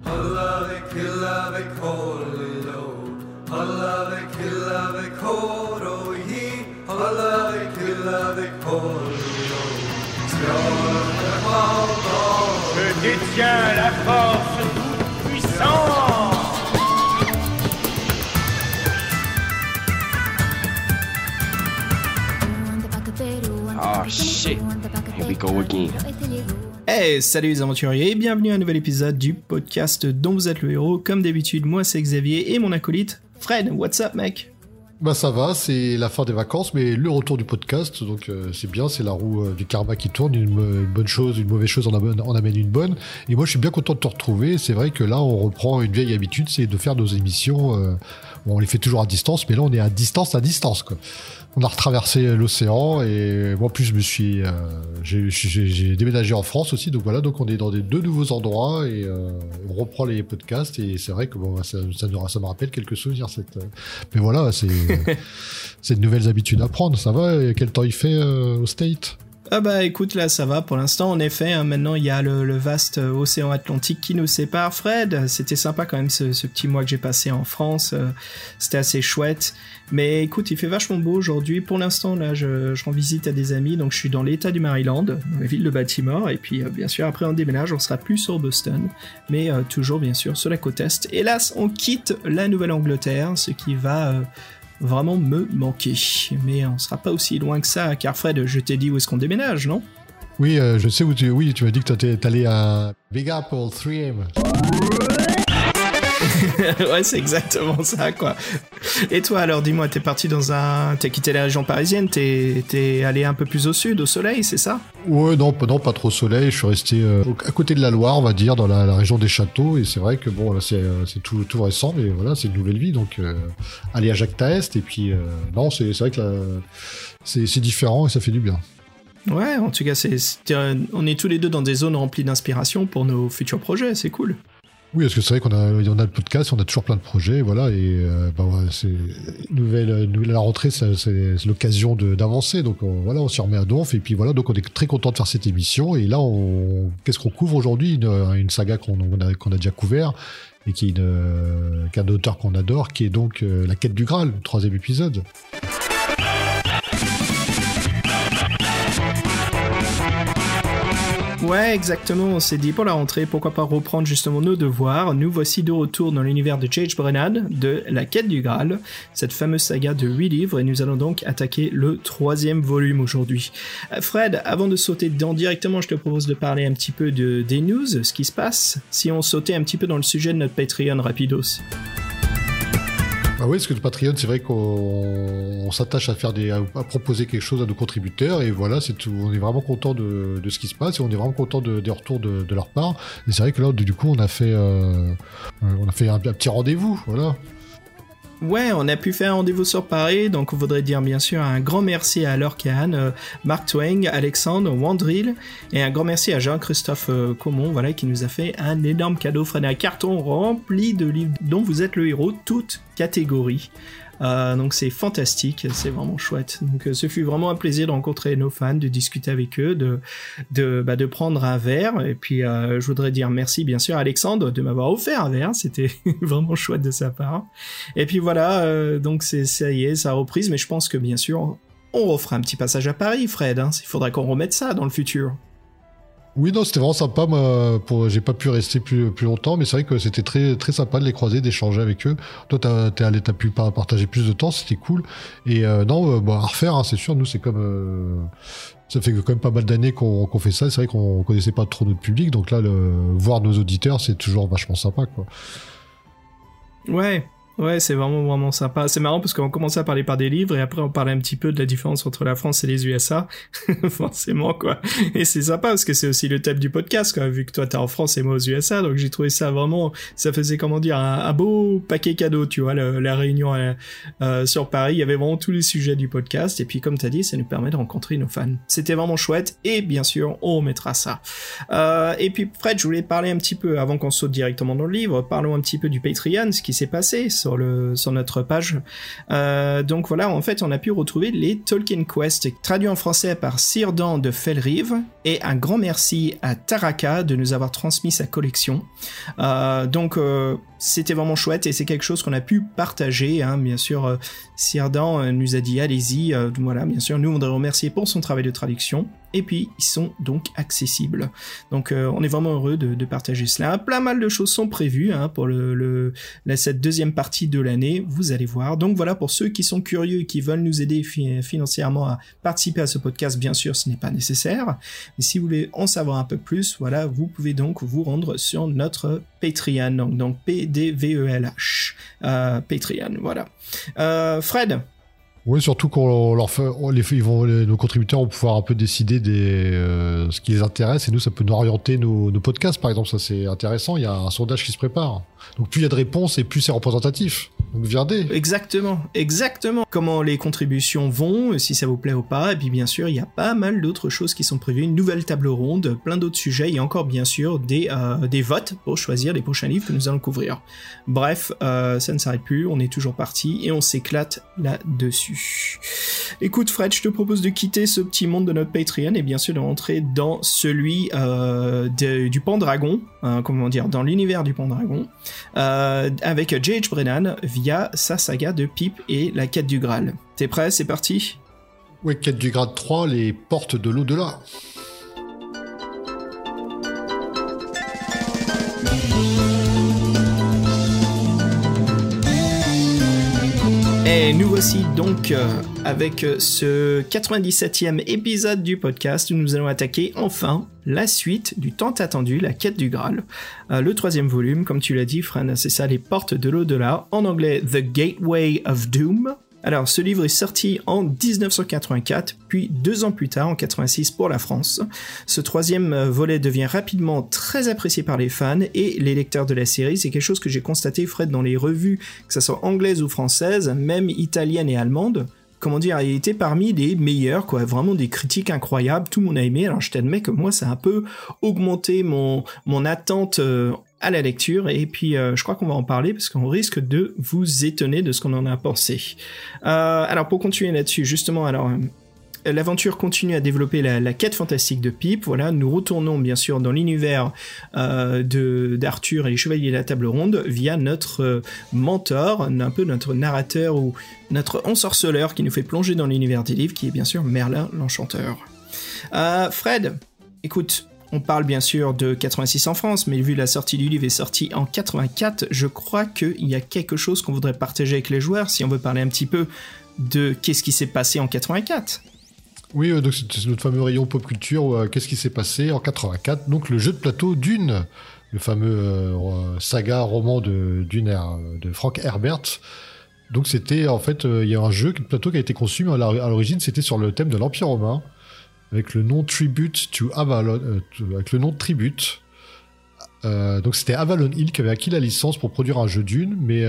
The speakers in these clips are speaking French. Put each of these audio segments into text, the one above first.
Je détiens la force toute-puissante. Oh shit, here we go again. Hey, salut les aventuriers et bienvenue à un nouvel épisode du podcast dont vous êtes le héros. Comme d'habitude, moi c'est Xavier et mon acolyte Fred. What's up, mec? Bah ça va, c'est la fin des vacances, mais le retour du podcast, donc c'est bien, c'est la roue du karma qui tourne, une bonne chose, une mauvaise chose en amène une bonne, et moi je suis bien content de te retrouver. C'est vrai que là on reprend une vieille habitude, c'est de faire nos émissions, bon, on les fait toujours à distance, mais là on est à distance quoi. On a retraversé l'océan et moi en plus j'ai déménagé en France aussi, donc voilà, donc on est dans deux nouveaux endroits et on reprend les podcasts et c'est vrai que bon, ça me rappelle quelques souvenirs mais voilà, c'est de nouvelles habitudes à prendre. Ça va, quel temps il fait au State? Ah bah écoute, là ça va pour l'instant, en effet, hein, maintenant il y a le vaste océan Atlantique qui nous sépare. Fred, c'était sympa quand même ce petit mois que j'ai passé en France, c'était assez chouette, mais écoute, il fait vachement beau aujourd'hui. Pour l'instant là je rends visite à des amis, donc je suis dans l'état du Maryland, dans la ville de Baltimore, et puis bien sûr après on déménage, on sera plus sur Boston, mais toujours bien sûr sur la côte Est. Hélas, on quitte la Nouvelle-Angleterre, ce qui va... vraiment me manquer, mais on sera pas aussi loin que ça, car Fred, je t'ai dit où est-ce qu'on déménage, non? Oui, je sais où tu m'as dit que t'es allé à Big Apple 3M. Ouais, c'est exactement ça, quoi. Et toi, alors, dis-moi, t'as quitté la région parisienne, t'es allé un peu plus au sud, au soleil, c'est ça? Ouais, non, pas trop soleil, je suis resté à côté de la Loire, on va dire, dans la région des châteaux, et c'est vrai que bon, là, c'est tout récent, mais voilà, c'est une nouvelle vie, donc aller à Jacques-Taest, et puis, non, c'est vrai que là, c'est différent, et ça fait du bien. Ouais, en tout cas, on est tous les deux dans des zones remplies d'inspiration pour nos futurs projets, c'est cool. Oui, parce que c'est vrai qu'on a le podcast, on a toujours plein de projets, voilà, et bah ouais, c'est la rentrée, c'est l'occasion d'avancer, donc voilà, on s'y remet à donf, et puis voilà, donc on est très content de faire cette émission, et là, qu'est-ce qu'on couvre aujourd'hui? Une saga qu'on a déjà couvert, et qui est qu'un auteur qu'on adore, qui est donc La Quête du Graal, le 3e épisode. Ouais, exactement, on s'est dit pour la rentrée, pourquoi pas reprendre justement nos devoirs. Nous voici de retour dans l'univers de J.H. Brennan, de La Quête du Graal, cette fameuse saga de 8 livres, et nous allons donc attaquer le 3e volume aujourd'hui. Fred, avant de sauter dedans directement, je te propose de parler un petit peu des news, ce qui se passe, si on sautait un petit peu dans le sujet de notre Patreon rapidos. Ah oui, parce que le Patreon, c'est vrai qu'on s'attache à à proposer quelque chose à nos contributeurs, et voilà, c'est tout. On est vraiment content de ce qui se passe, et on est vraiment content des retours de leur part. Et c'est vrai que là, du coup, on a fait un petit rendez-vous, voilà. Ouais, on a pu faire un rendez-vous sur Paris, donc on voudrait dire bien sûr un grand merci à Lorcan, Mark Twain, Alexandre, Wandril, et un grand merci à Jean-Christophe Comon, voilà, qui nous a fait un énorme cadeau, Fred, un carton rempli de livres dont vous êtes le héros, toutes catégories. Donc c'est fantastique, c'est vraiment chouette. Donc ce fut vraiment un plaisir de rencontrer nos fans, de discuter avec eux, de prendre un verre. Et puis je voudrais dire merci bien sûr à Alexandre de m'avoir offert un verre, c'était vraiment chouette de sa part. Et puis voilà, donc ça y est, ça a reprise, mais je pense que bien sûr on refera un petit passage à Paris, Fred. Il faudra qu'on remette ça dans le futur. Oui, non, c'était vraiment sympa. Moi, j'ai pas pu rester plus longtemps, mais c'est vrai que c'était très, très sympa de les croiser, d'échanger avec eux. Toi, t'as pu partager plus de temps, c'était cool. Et non, à refaire, hein, c'est sûr. Nous, c'est comme ça fait quand même pas mal d'années qu'on fait ça. C'est vrai qu'on connaissait pas trop notre public, donc là, voir nos auditeurs, c'est toujours vachement sympa, quoi. Ouais, c'est vraiment sympa. C'est marrant parce qu'on commençait à parler par des livres et après on parlait un petit peu de la différence entre la France et les USA. Forcément, quoi. Et c'est sympa parce que c'est aussi le thème du podcast, quoi. Vu que toi t'es en France et moi aux USA, donc j'ai trouvé ça vraiment, ça faisait comment dire, un beau paquet cadeau, tu vois, la réunion sur Paris. Il y avait vraiment tous les sujets du podcast et puis comme t'as dit, ça nous permet de rencontrer nos fans. C'était vraiment chouette et bien sûr, on remettra ça. Et puis Fred, je voulais parler un petit peu, avant qu'on saute directement dans le livre, parlons un petit peu du Patreon, ce qui s'est passé sur notre page. Donc voilà, en fait, on a pu retrouver les Tolkien Quest, traduits en français par Círdan de Felrive, et un grand merci à Taraka de nous avoir transmis sa collection. Donc c'était vraiment chouette et c'est quelque chose qu'on a pu partager, hein. Bien sûr, Círdan nous a dit allez-y, voilà, bien sûr, nous on voudrait remercier pour son travail de traduction. Et puis, ils sont donc accessibles. Donc, on est vraiment heureux de partager cela. Plein mal de choses sont prévues hein, pour cette deuxième partie de l'année, vous allez voir. Donc voilà, pour ceux qui sont curieux et qui veulent nous aider financièrement à participer à ce podcast, bien sûr, ce n'est pas nécessaire. Mais si vous voulez en savoir un peu plus, voilà, vous pouvez donc vous rendre sur notre Patreon, donc PDVELH, Patreon, voilà. Fred ? Oui, surtout qu'on leur fait, nos contributeurs vont pouvoir un peu décider ce qui les intéresse et nous, ça peut nous orienter nos podcasts, par exemple. Ça, c'est intéressant. Il y a un sondage qui se prépare. Donc, plus il y a de réponses et plus c'est représentatif. Donc, viendez. Exactement. Comment les contributions vont, si ça vous plaît ou pas. Et puis, bien sûr, il y a pas mal d'autres choses qui sont prévues. Une nouvelle table ronde, plein d'autres sujets et encore, bien sûr, des votes pour choisir les prochains livres que nous allons couvrir. Bref, ça ne s'arrête plus. On est toujours parti et on s'éclate là-dessus. Écoute Fred, je te propose de quitter ce petit monde de notre Patreon et bien sûr de rentrer dans celui du Pendragon, dans l'univers du Pendragon, avec J.H. Brennan via sa saga de Pipe et la quête du Graal. T'es prêt? C'est parti? Oui, quête du Graal 3, les portes de l'au-delà. Et nous voici donc avec ce 97e épisode du podcast où nous allons attaquer enfin la suite du tant attendu, la quête du Graal. Le 3e volume, comme tu l'as dit, Fran, c'est ça, les portes de l'au-delà, en anglais The Gateway of Doom. Alors, ce livre est sorti en 1984, puis 2 ans plus tard, en 86, pour la France. Ce 3e volet devient rapidement très apprécié par les fans et les lecteurs de la série. C'est quelque chose que j'ai constaté, Fred, dans les revues, que ça soit anglaises ou françaises, même italiennes et allemandes. Comment dire, il était parmi les meilleurs, quoi. Vraiment des critiques incroyables, tout le monde a aimé. Alors, je t'admets que moi, ça a un peu augmenté mon attente à la lecture, et puis je crois qu'on va en parler parce qu'on risque de vous étonner de ce qu'on en a pensé. Alors pour continuer là-dessus, justement, l'aventure continue à développer la quête fantastique de Pipe. Voilà, nous retournons bien sûr dans l'univers d'Arthur et les Chevaliers de la Table Ronde via notre mentor, un peu notre narrateur ou notre ensorceleur qui nous fait plonger dans l'univers des livres, qui est bien sûr Merlin l'Enchanteur. Fred, écoute, on parle bien sûr de 86 en France, mais vu la sortie du livre est sortie en 84, je crois qu'il y a quelque chose qu'on voudrait partager avec les joueurs, si on veut parler un petit peu de qu'est-ce qui s'est passé en 84. Oui, donc c'est notre fameux rayon pop culture, qu'est-ce qui s'est passé en 84, donc le jeu de plateau Dune, le fameux saga roman de Dune de Frank Herbert. Donc c'était, en fait, il y a un jeu de plateau qui a été conçu, mais à l'origine c'était sur le thème de l'Empire romain, avec le nom Tribute to Avalon, avec le nom de Tribute. Donc c'était Avalon Hill qui avait acquis la licence pour produire un jeu Dune, mais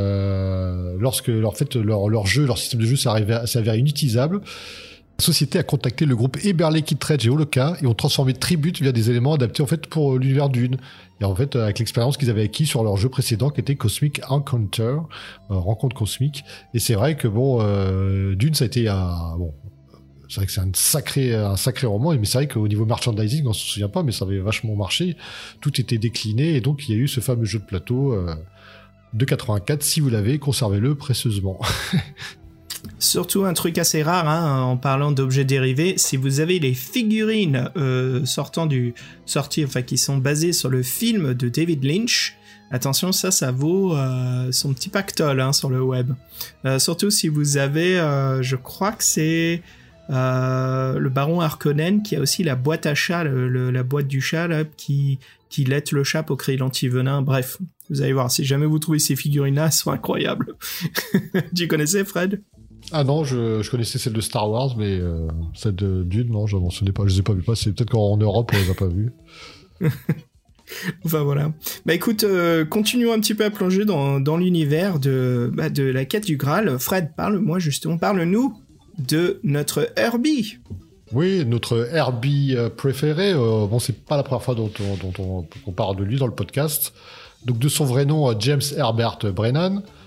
lorsque leur système de jeu s'est avéré inutilisable, la société a contacté le groupe Eberle Kittredge et Holoka et ont transformé Tribute via des éléments adaptés en fait pour l'univers Dune. Et en fait, avec l'expérience qu'ils avaient acquis sur leur jeu précédent qui était Cosmic Encounter, rencontre cosmique. Et c'est vrai que Dune ça a été c'est vrai que c'est un sacré roman, mais c'est vrai qu'au niveau merchandising, on se souvient pas, mais ça avait vachement marché. Tout était décliné, et donc il y a eu ce fameux jeu de plateau de 84. Si vous l'avez, conservez-le précieusement. Surtout un truc assez rare, hein, en parlant d'objets dérivés, si vous avez les figurines qui sont basées sur le film de David Lynch, attention, ça vaut son petit pactole sur le web. Surtout si vous avez, je crois que c'est le baron Harkonnen qui a aussi la boîte à chat, la boîte du chat là, qui laite le chat pour créer l'antivenin. Bref, vous allez voir, si jamais vous trouvez ces figurines-là, elles sont incroyables. Tu connaissais, Fred? Ah non, je connaissais celle de Star Wars, mais celle de Dune, non, je ne mentionnais pas, je les ai pas vues passer. Peut-être qu'en Europe, on les a pas vues. Enfin voilà. Bah écoute, continuons un petit peu à plonger dans l'univers de la quête du Graal. Fred, parle-nous de notre Herbie. Oui, notre Herbie préféré. C'est pas la première fois dont on parle de lui dans le podcast. Donc de son vrai nom, James Herbert Brennan.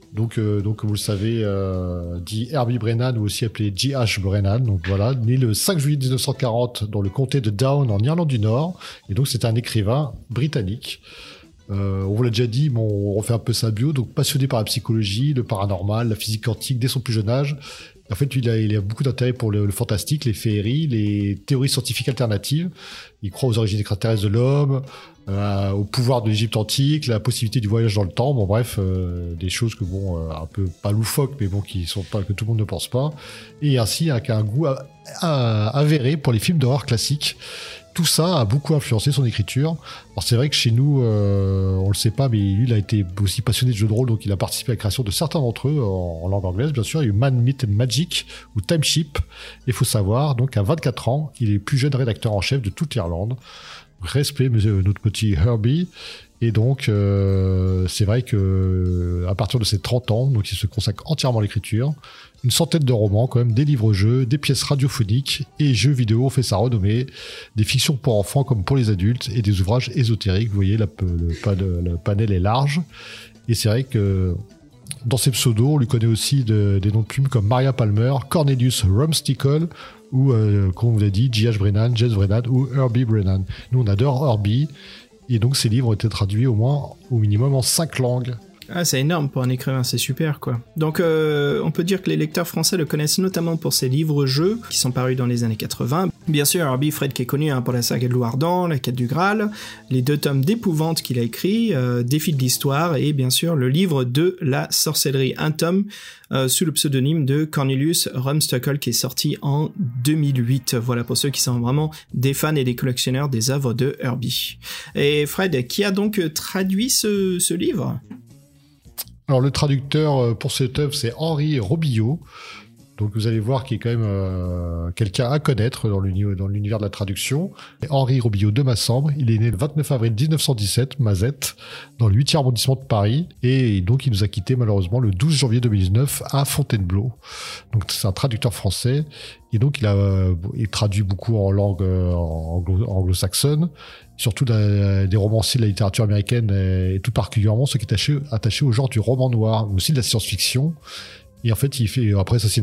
Donc, vous le savez, dit Herbie Brennan, ou aussi appelé J.H. Brennan. Donc voilà, né le 5 juillet 1940 dans le comté de Down en Irlande du Nord. Et donc c'est un écrivain britannique. On vous l'a déjà dit, mais on refait un peu sa bio. Donc passionné par la psychologie, le paranormal, la physique quantique dès son plus jeune âge. En fait, il a beaucoup d'intérêt pour le fantastique, les féeries, les théories scientifiques alternatives. Il croit aux origines extraterrestres de l'homme, au pouvoir de l'Égypte antique, la possibilité du voyage dans le temps. Bon, bref, des choses que un peu pas loufoques, mais bon, qui sont pas que tout le monde ne pense pas. Et ainsi, avec un goût avéré pour les films d'horreur classiques. Tout ça a beaucoup influencé son écriture. Alors c'est vrai que chez nous, on le sait pas, mais lui, il a été aussi passionné de jeux de rôle, donc il a participé à la création de certains d'entre eux en langue anglaise, bien sûr. Il y a eu Man, Myth and Magic ou Time Ship. Il faut savoir, donc à 24 ans, il est le plus jeune rédacteur en chef de toute l'Irlande. Respect, notre petit Herbie. Et donc, c'est vrai que à partir de ses 30 ans, donc il se consacre entièrement à l'écriture. Une centaine de romans, quand même, des livres-jeux, des pièces radiophoniques et jeux vidéo ont fait sa renommée, des fictions pour enfants comme pour les adultes et des ouvrages ésotériques. Vous voyez, le panel est large. Et c'est vrai que dans ses pseudos, on lui connaît aussi des noms de plumes comme Maria Palmer, Cornelius Rumstickle ou, comme on vous l'a dit, J.H. Brennan, Jess Brennan ou Herbie Brennan. Nous, on adore Herbie. Et donc, ces livres ont été traduits au minimum en 5 langues. Ah, c'est énorme pour un écrivain, c'est super, quoi. Donc, on peut dire que les lecteurs français le connaissent notamment pour ses livres-jeux, qui sont parus dans les années 80. Bien sûr, Herbie Fred qui est connu pour la saga de Louardan, la quête du Graal, les 2 tomes d'épouvante qu'il a écrits, Défi de l'histoire, et bien sûr, le livre de la sorcellerie, un tome sous le pseudonyme de Cornelius Rumstickle, qui est sorti en 2008. Voilà, pour ceux qui sont vraiment des fans et des collectionneurs des œuvres de Herbie. Et Fred, qui a donc traduit ce livre ? Alors le traducteur pour cette œuvre, c'est Henri Robillot. Donc vous allez voir qu'il est quand même quelqu'un à connaître dans l'univers de la traduction. Et Henri Robillot de Massembre, il est né le 29 avril 1917, Mazette, dans le 8e arrondissement de Paris. Et donc il nous a quittés malheureusement le 12 janvier 2019 à Fontainebleau. Donc c'est un traducteur français. Et donc il traduit beaucoup en langue anglo-saxonne. Surtout des romanciers de la littérature américaine et tout particulièrement ceux qui est attaché au genre du roman noir, mais aussi de la science-fiction. Et en fait, après ça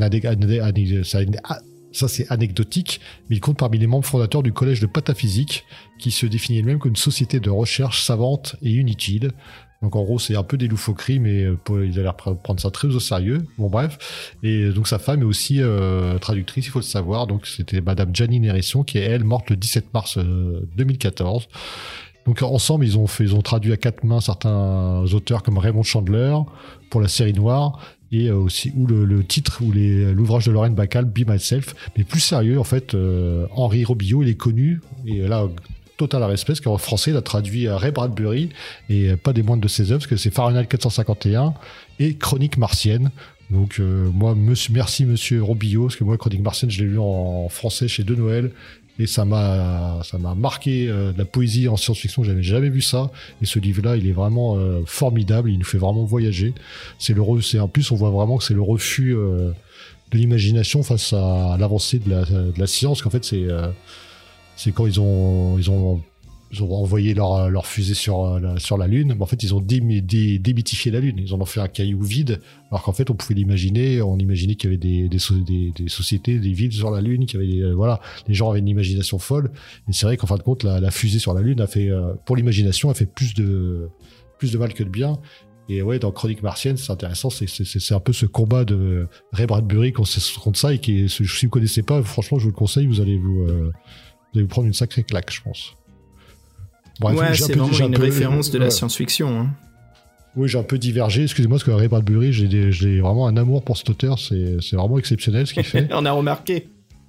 c'est anecdotique, mais il compte parmi les membres fondateurs du collège de pataphysique, qui se définit elle-même comme une société de recherche savante et inutile. Donc en gros, c'est un peu des loufoqueries, mais ils ont l'air prendre ça très au sérieux. Bon bref. Et donc sa femme est aussi traductrice, il faut le savoir. Donc c'était Madame Janine Hérisson, qui est elle morte le 17 mars 2014. Donc ensemble, ils ont traduit à 4 mains certains auteurs comme Raymond Chandler pour la série Noire, et aussi ou le titre ou l'ouvrage de Lorraine Bacall, Be Myself. Mais plus sérieux, en fait, Henri Robillot, il est connu, et là, total respect, parce qu'en français, il a traduit Ray Bradbury, et pas des moindres de ses œuvres, parce que c'est Fahrenheit 451 et Chronique martienne. Donc moi, merci monsieur Robillot, parce que moi, Chronique martienne, je l'ai lu en français chez De Noël, et ça m'a marqué de la poésie en science-fiction, j'avais jamais vu ça, et ce livre-là, il est vraiment formidable, il nous fait vraiment voyager. En plus, on voit vraiment que c'est le refus de l'imagination face à l'avancée de la science, qu'en fait, c'est quand ils ont envoyé leur fusée sur la Lune, mais en fait ils ont démythifié la Lune, ils en ont fait un caillou vide, alors qu'en fait on pouvait l'imaginer, on imaginait qu'il y avait des sociétés, des villes sur la Lune, qu'il y avait les gens avaient une imagination folle, et c'est vrai qu'en fin de compte la fusée sur la Lune a fait pour l'imagination a fait plus de mal que de bien. Et ouais, dans Chronique martienne, c'est intéressant, c'est un peu ce combat de Ray Bradbury contre ça, et si vous connaissez pas, franchement je vous le conseille, vous allez vous prendre une sacrée claque, je pense. Bref, ouais, c'est vraiment une référence de la science-fiction. Hein. Oui, j'ai un peu divergé, excusez-moi, parce que Ray Bradbury, j'ai vraiment un amour pour cet auteur, c'est vraiment exceptionnel ce qu'il fait. On a remarqué.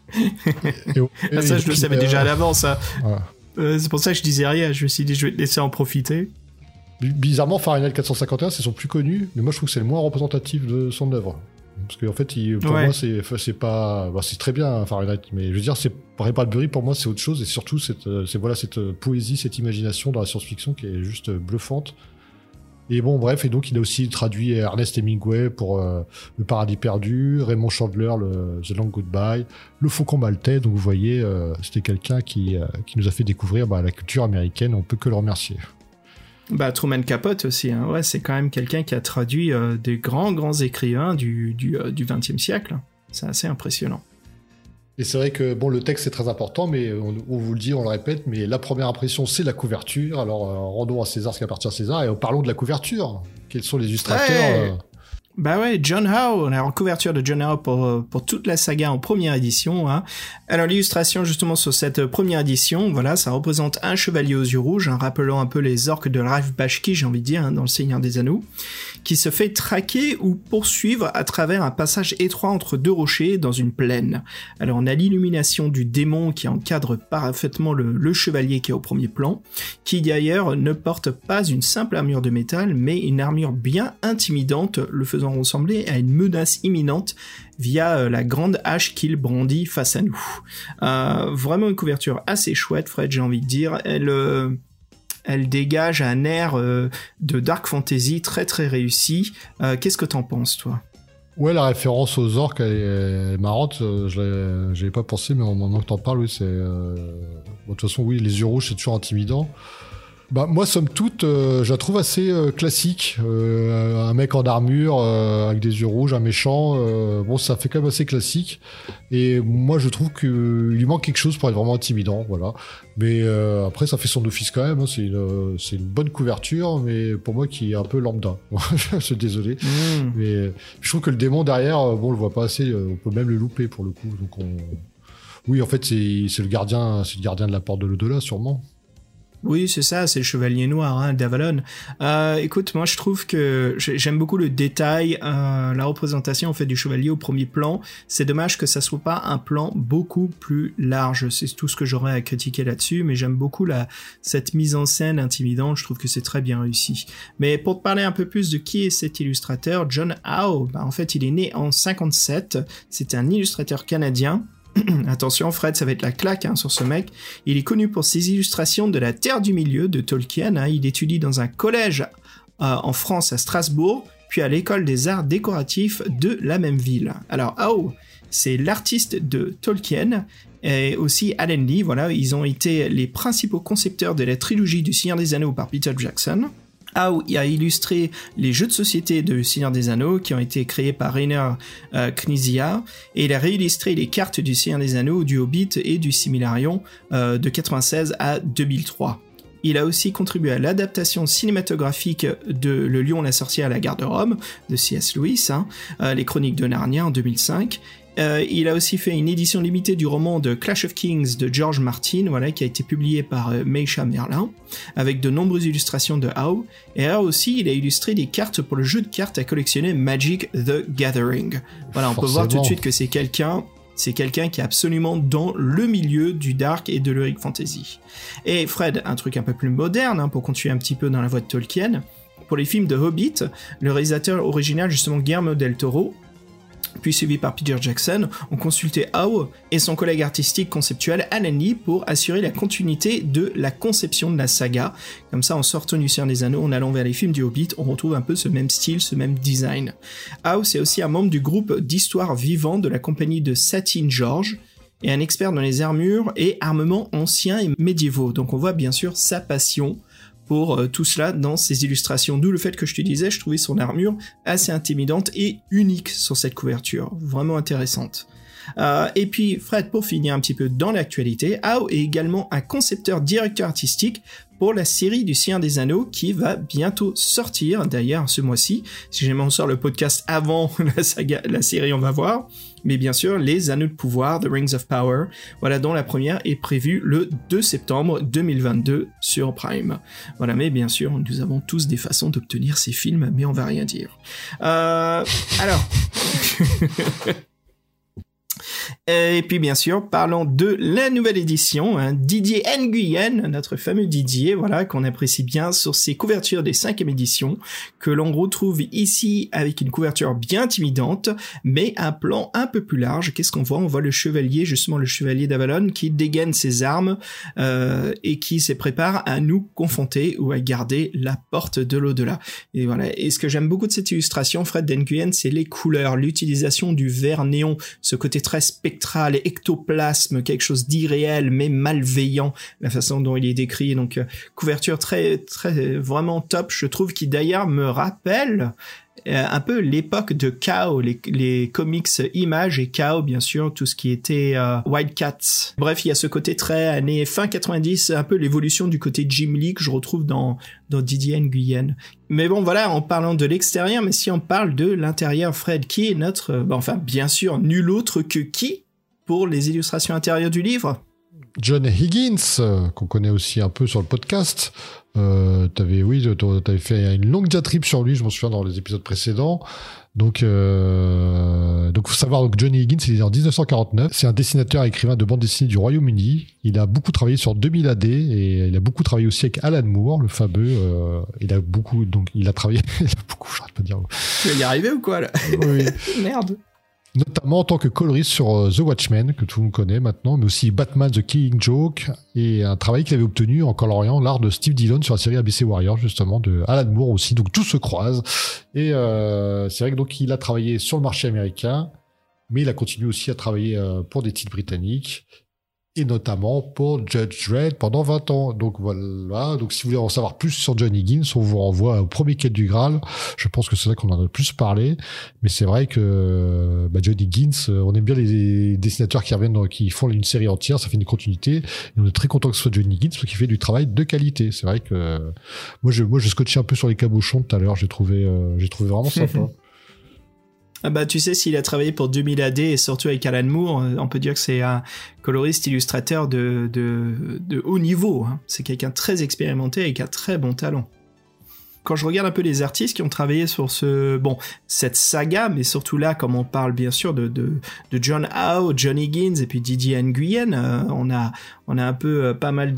Ça, je le savais déjà à l'avance. Ça. Voilà. C'est pour ça que je disais rien, je me suis dit, je vais te laisser en profiter. Bizarrement, Fahrenheit 451, c'est son plus connu, mais moi je trouve que c'est le moins représentatif de son œuvre. Parce qu'en fait, pour moi, c'est pas, c'est très bien Fahrenheit, mais je veux dire, Ray Bradbury pour moi c'est autre chose, et surtout cette poésie, cette imagination dans la science-fiction qui est juste bluffante. Et bon, bref, et donc il a aussi traduit Ernest Hemingway pour Le Paradis perdu, Raymond Chandler, The Long Goodbye, Le Faucon maltais. Donc vous voyez, c'était quelqu'un qui nous a fait découvrir la culture américaine. On peut que le remercier. Bah, Truman Capote aussi, hein. Ouais, c'est quand même quelqu'un qui a traduit des grands écrivains du XXe siècle. C'est assez impressionnant. Et c'est vrai que bon, le texte c'est très important, mais on vous le dit, on le répète, mais la première impression c'est la couverture. Alors rendons à César ce qui appartient à César et parlons de la couverture. Quels sont les illustrateurs Bah ouais, John Howe, on est en couverture de John Howe pour toute la saga en première édition, hein. Alors l'illustration justement sur cette première édition, voilà, ça représente un chevalier aux yeux rouges, hein, rappelant un peu les orques de Ralph Bakshi, j'ai envie de dire, hein, dans le Seigneur des Anneaux, qui se fait traquer ou poursuivre à travers un passage étroit entre deux rochers dans une plaine. Alors on a l'illumination du démon qui encadre parfaitement le chevalier qui est au premier plan, qui d'ailleurs ne porte pas une simple armure de métal, mais une armure bien intimidante, le faisant ressembler à une menace imminente via la grande hache qu'il brandit face à nous. Vraiment une couverture assez chouette, Fred, j'ai envie de dire. Elle dégage un air de dark fantasy très très réussi. Qu'est-ce que t'en penses, toi ? Ouais, la référence aux orques, elle est marrante. J'avais pas pensé, mais maintenant que t'en parles, oui, c'est... Bon, de toute façon, oui, les yeux rouges, c'est toujours intimidant. Bah, moi, somme toute, je la trouve assez classique. Un mec en armure, avec des yeux rouges, un méchant, bon, ça fait quand même assez classique. Et moi, je trouve qu'il lui manque quelque chose pour être vraiment intimidant, voilà. Mais après, ça fait son office quand même. Hein. C'est une bonne couverture, mais pour moi, qui est un peu lambda. Je suis désolé. Mais je trouve que le démon derrière, bon, on le voit pas assez. On peut même le louper pour le coup. Donc oui, en fait, c'est le gardien de la porte de l'au-delà, sûrement. Oui, c'est ça, c'est le chevalier noir, hein, d'Avalon. Écoute, moi je trouve que j'aime beaucoup le détail, la représentation en fait du chevalier au premier plan. C'est dommage que ça soit pas un plan beaucoup plus large. C'est tout ce que j'aurais à critiquer là-dessus, mais j'aime beaucoup cette mise en scène intimidante. Je trouve que c'est très bien réussi. Mais pour te parler un peu plus de qui est cet illustrateur, John Howe, en fait, il est né en 57. C'est un illustrateur canadien. Attention Fred, ça va être la claque hein, sur ce mec. Il est connu pour ses illustrations de la Terre du Milieu de Tolkien. Hein. Il étudie dans un collège en France à Strasbourg, puis à l'école des arts décoratifs de la même ville. Alors Howe, c'est l'artiste de Tolkien et aussi Alan Lee. Voilà, ils ont été les principaux concepteurs de la trilogie du Seigneur des Anneaux par Peter Jackson. Howe a illustré les jeux de société de Seigneur des Anneaux qui ont été créés par Rainer Knizia et il a réillustré les cartes du Seigneur des Anneaux, du Hobbit et du Silmarillion de 96 à 2003. Il a aussi contribué à l'adaptation cinématographique de Le Lion, la sorcière et la garde de Rome de C.S. Lewis, hein, les Chroniques de Narnia en 2005. Il a aussi fait une édition limitée du roman de Clash of Kings de George Martin, voilà, qui a été publié par Meisha Merlin, avec de nombreuses illustrations de Howe. Et là aussi, il a illustré des cartes pour le jeu de cartes à collectionner Magic the Gathering. Voilà, on peut voir tout de suite que c'est quelqu'un qui est absolument dans le milieu du dark et de l'heroic fantasy. Et Fred, un truc un peu plus moderne, hein, pour continuer un petit peu dans la voie de Tolkien, pour les films de Hobbit, le réalisateur original, justement Guillermo del Toro, puis suivi par Peter Jackson, ont consulté Howe et son collègue artistique conceptuel Alan Lee pour assurer la continuité de la conception de la saga. Comme ça, en sortant du Seigneur des Anneaux, en allant vers les films du Hobbit, on retrouve un peu ce même style, ce même design. Howe, c'est aussi un membre du groupe d'histoire vivant de la compagnie de Satin George, et un expert dans les armures et armements anciens et médiévaux. Donc on voit bien sûr sa passion pour tout cela dans ses illustrations, d'où le fait que je te disais, je trouvais son armure assez intimidante et unique sur cette couverture, vraiment intéressante. Et puis Fred, pour finir un petit peu dans l'actualité, Howe est également un concepteur directeur artistique pour la série du Seigneur des Anneaux qui va bientôt sortir, d'ailleurs ce mois-ci. Si jamais on sort le podcast avant la série, on va voir. Mais bien sûr, les Anneaux de Pouvoir, The Rings of Power, voilà, dont la première est prévue le 2 septembre 2022 sur Prime. Voilà, mais bien sûr, nous avons tous des façons d'obtenir ces films, mais on va rien dire. Alors... Et puis bien sûr, parlons de la nouvelle édition, hein, Didier Nguyen, notre fameux Didier, voilà, qu'on apprécie bien sur ses couvertures des 5e éditions, que l'on retrouve ici avec une couverture bien intimidante, mais un plan un peu plus large. Qu'est-ce qu'on voit ? On voit le chevalier, justement le chevalier d'Avalon, qui dégaine ses armes et qui se prépare à nous confronter ou à garder la porte de l'au-delà. Et voilà. Et ce que j'aime beaucoup de cette illustration, Fred Nguyen, c'est les couleurs, l'utilisation du vert néon, ce côté très spectaculaire spectral, ectoplasme, quelque chose d'irréel mais malveillant, la façon dont il est décrit. Donc couverture très très vraiment top, je trouve, qui d'ailleurs me rappelle un peu l'époque de Chaos, les comics Image et Chaos, bien sûr, tout ce qui était Wildcats. Bref, il y a ce côté très années fin 90, un peu l'évolution du côté Jim Lee que je retrouve dans Didier Nguyen. Mais bon, voilà, en parlant de l'extérieur, mais si on parle de l'intérieur, Fred, qui est notre... enfin, bien sûr, nul autre que qui pour les illustrations intérieures du livre? John Higgins, qu'on connaît aussi un peu sur le podcast. T'avais fait une longue diatribe sur lui, je m'en souviens, dans les épisodes précédents. Donc faut savoir que Johnny Higgins, il est né en 1949. C'est un dessinateur et écrivain de bande dessinée du Royaume-Uni. Il a beaucoup travaillé sur 2000 AD et il a beaucoup travaillé aussi avec Alan Moore, le fameux. Il a beaucoup, j'arrête pas de dire. Tu vas y arriver ou quoi, là? Oui. Merde. Notamment en tant que coloriste sur The Watchmen, que tout le monde connaît maintenant, mais aussi Batman The Killing Joke, et un travail qu'il avait obtenu en coloriant l'art de Steve Dillon sur la série ABC Warriors, justement, de Alan Moore aussi. Donc tout se croise. Et c'est vrai que donc il a travaillé sur le marché américain, mais il a continué aussi à travailler pour des titres britanniques, et notamment pour Judge Dredd pendant 20 ans. Donc voilà, donc si vous voulez en savoir plus sur John Higgins, on vous renvoie au premier quête du Graal. Je pense que c'est là qu'on en a le plus parlé, mais c'est vrai que John Higgins, on aime bien les dessinateurs qui reviennent, qui font une série entière, ça fait une continuité, et on est très content que ce soit John Higgins parce qu'il fait du travail de qualité. C'est vrai que moi je scotchais un peu sur les cabochons tout à l'heure, j'ai trouvé vraiment sympa. Ah bah tu sais, s'il a travaillé pour 2000 AD et surtout avec Alan Moore, on peut dire que c'est un coloriste illustrateur de haut niveau, hein. C'est quelqu'un de très expérimenté avec un très bon talent. Quand je regarde un peu les artistes qui ont travaillé sur cette saga, mais surtout là, comme on parle bien sûr de John Howe, John Higgins et puis Didier Nguyen, on a un peu pas mal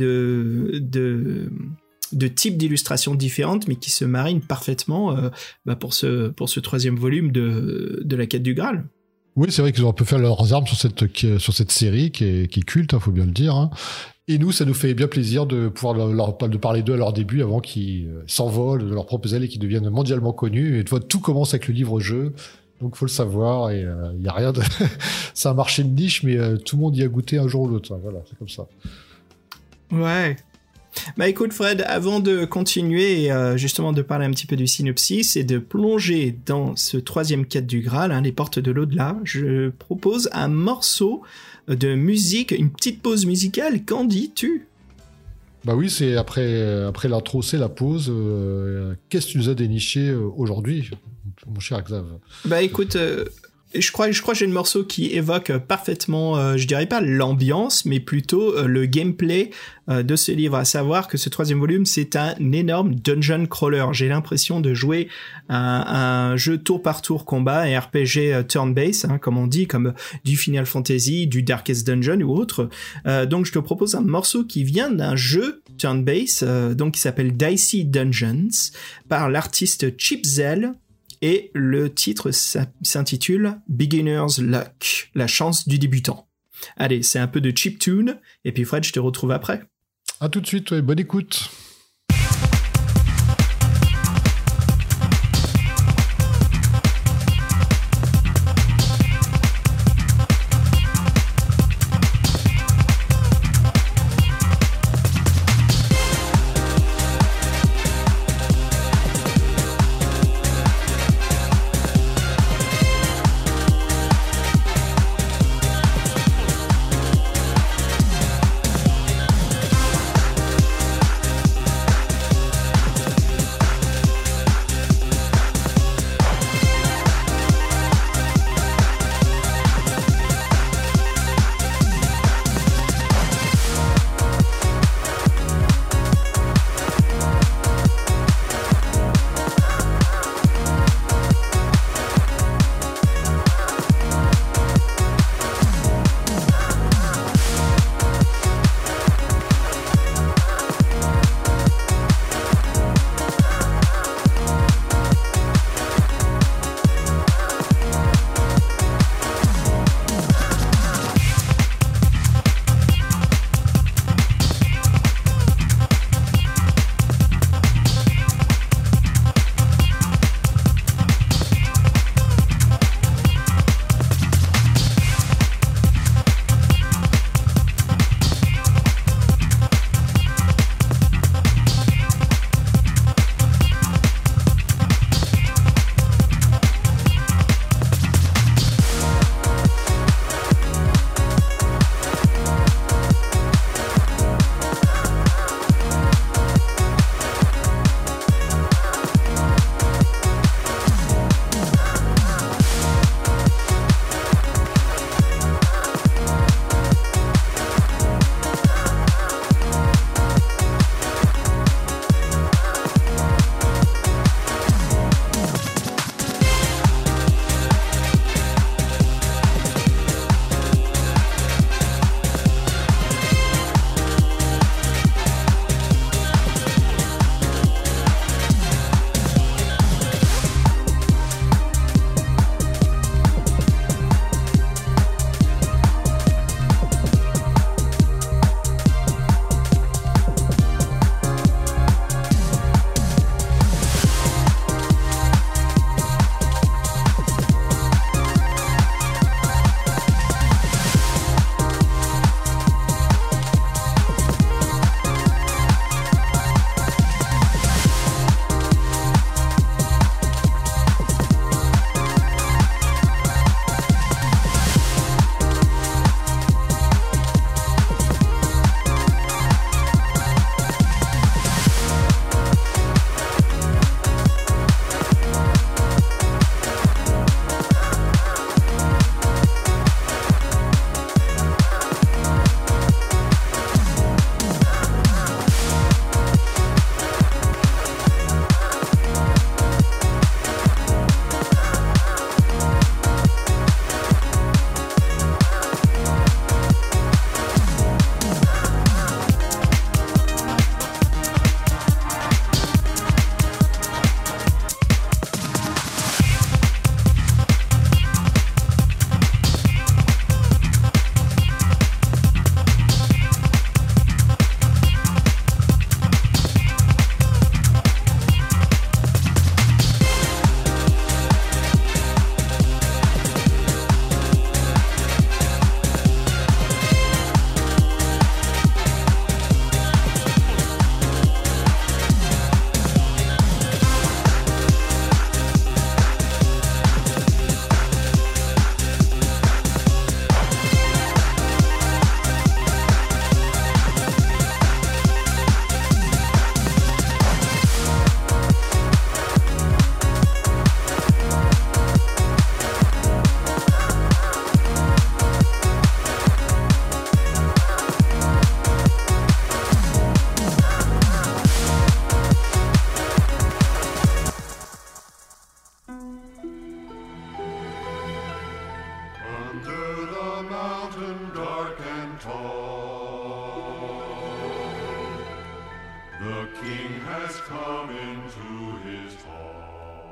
de types d'illustrations différentes, mais qui se marient parfaitement pour ce troisième volume de la quête du Graal. Oui, c'est vrai qu'ils ont un peu fait leurs armes sur cette série qui est culte, faut bien le dire. Hein. Et nous, ça nous fait bien plaisir de pouvoir de parler d'eux à leur début avant qu'ils s'envolent de leurs propres ailes et qu'ils deviennent mondialement connus. Et tu vois, tout commence avec le livre-jeu. Donc, faut le savoir. Et il y a rien de... c'est un marché de niche, mais tout le monde y a goûté un jour ou l'autre. Voilà, c'est comme ça. Ouais. Bah écoute Fred, avant de continuer et justement de parler un petit peu du synopsis et de plonger dans ce troisième quête du Graal, les portes de l'au-delà, je propose un morceau de musique, une petite pause musicale, qu'en dis-tu ? Bah oui, c'est après l'intro, c'est la pause. Qu'est-ce que tu nous as déniché aujourd'hui, mon cher Xav ? Bah écoute... Je crois que j'ai le morceau qui évoque parfaitement, je dirais pas l'ambiance, mais plutôt le gameplay de ce livre, à savoir que ce troisième volume, c'est un énorme dungeon crawler. J'ai l'impression de jouer un jeu tour par tour combat, un RPG turn-based, comme on dit, comme du Final Fantasy, du Darkest Dungeon ou autre. Donc je te propose un morceau qui vient d'un jeu turn-based, donc qui s'appelle Dicey Dungeons, par l'artiste Chip Zell. Et le titre s'intitule Beginner's Luck, la chance du débutant. Allez, c'est un peu de chiptune, et puis Fred, je te retrouve après. À tout de suite, ouais, bonne écoute.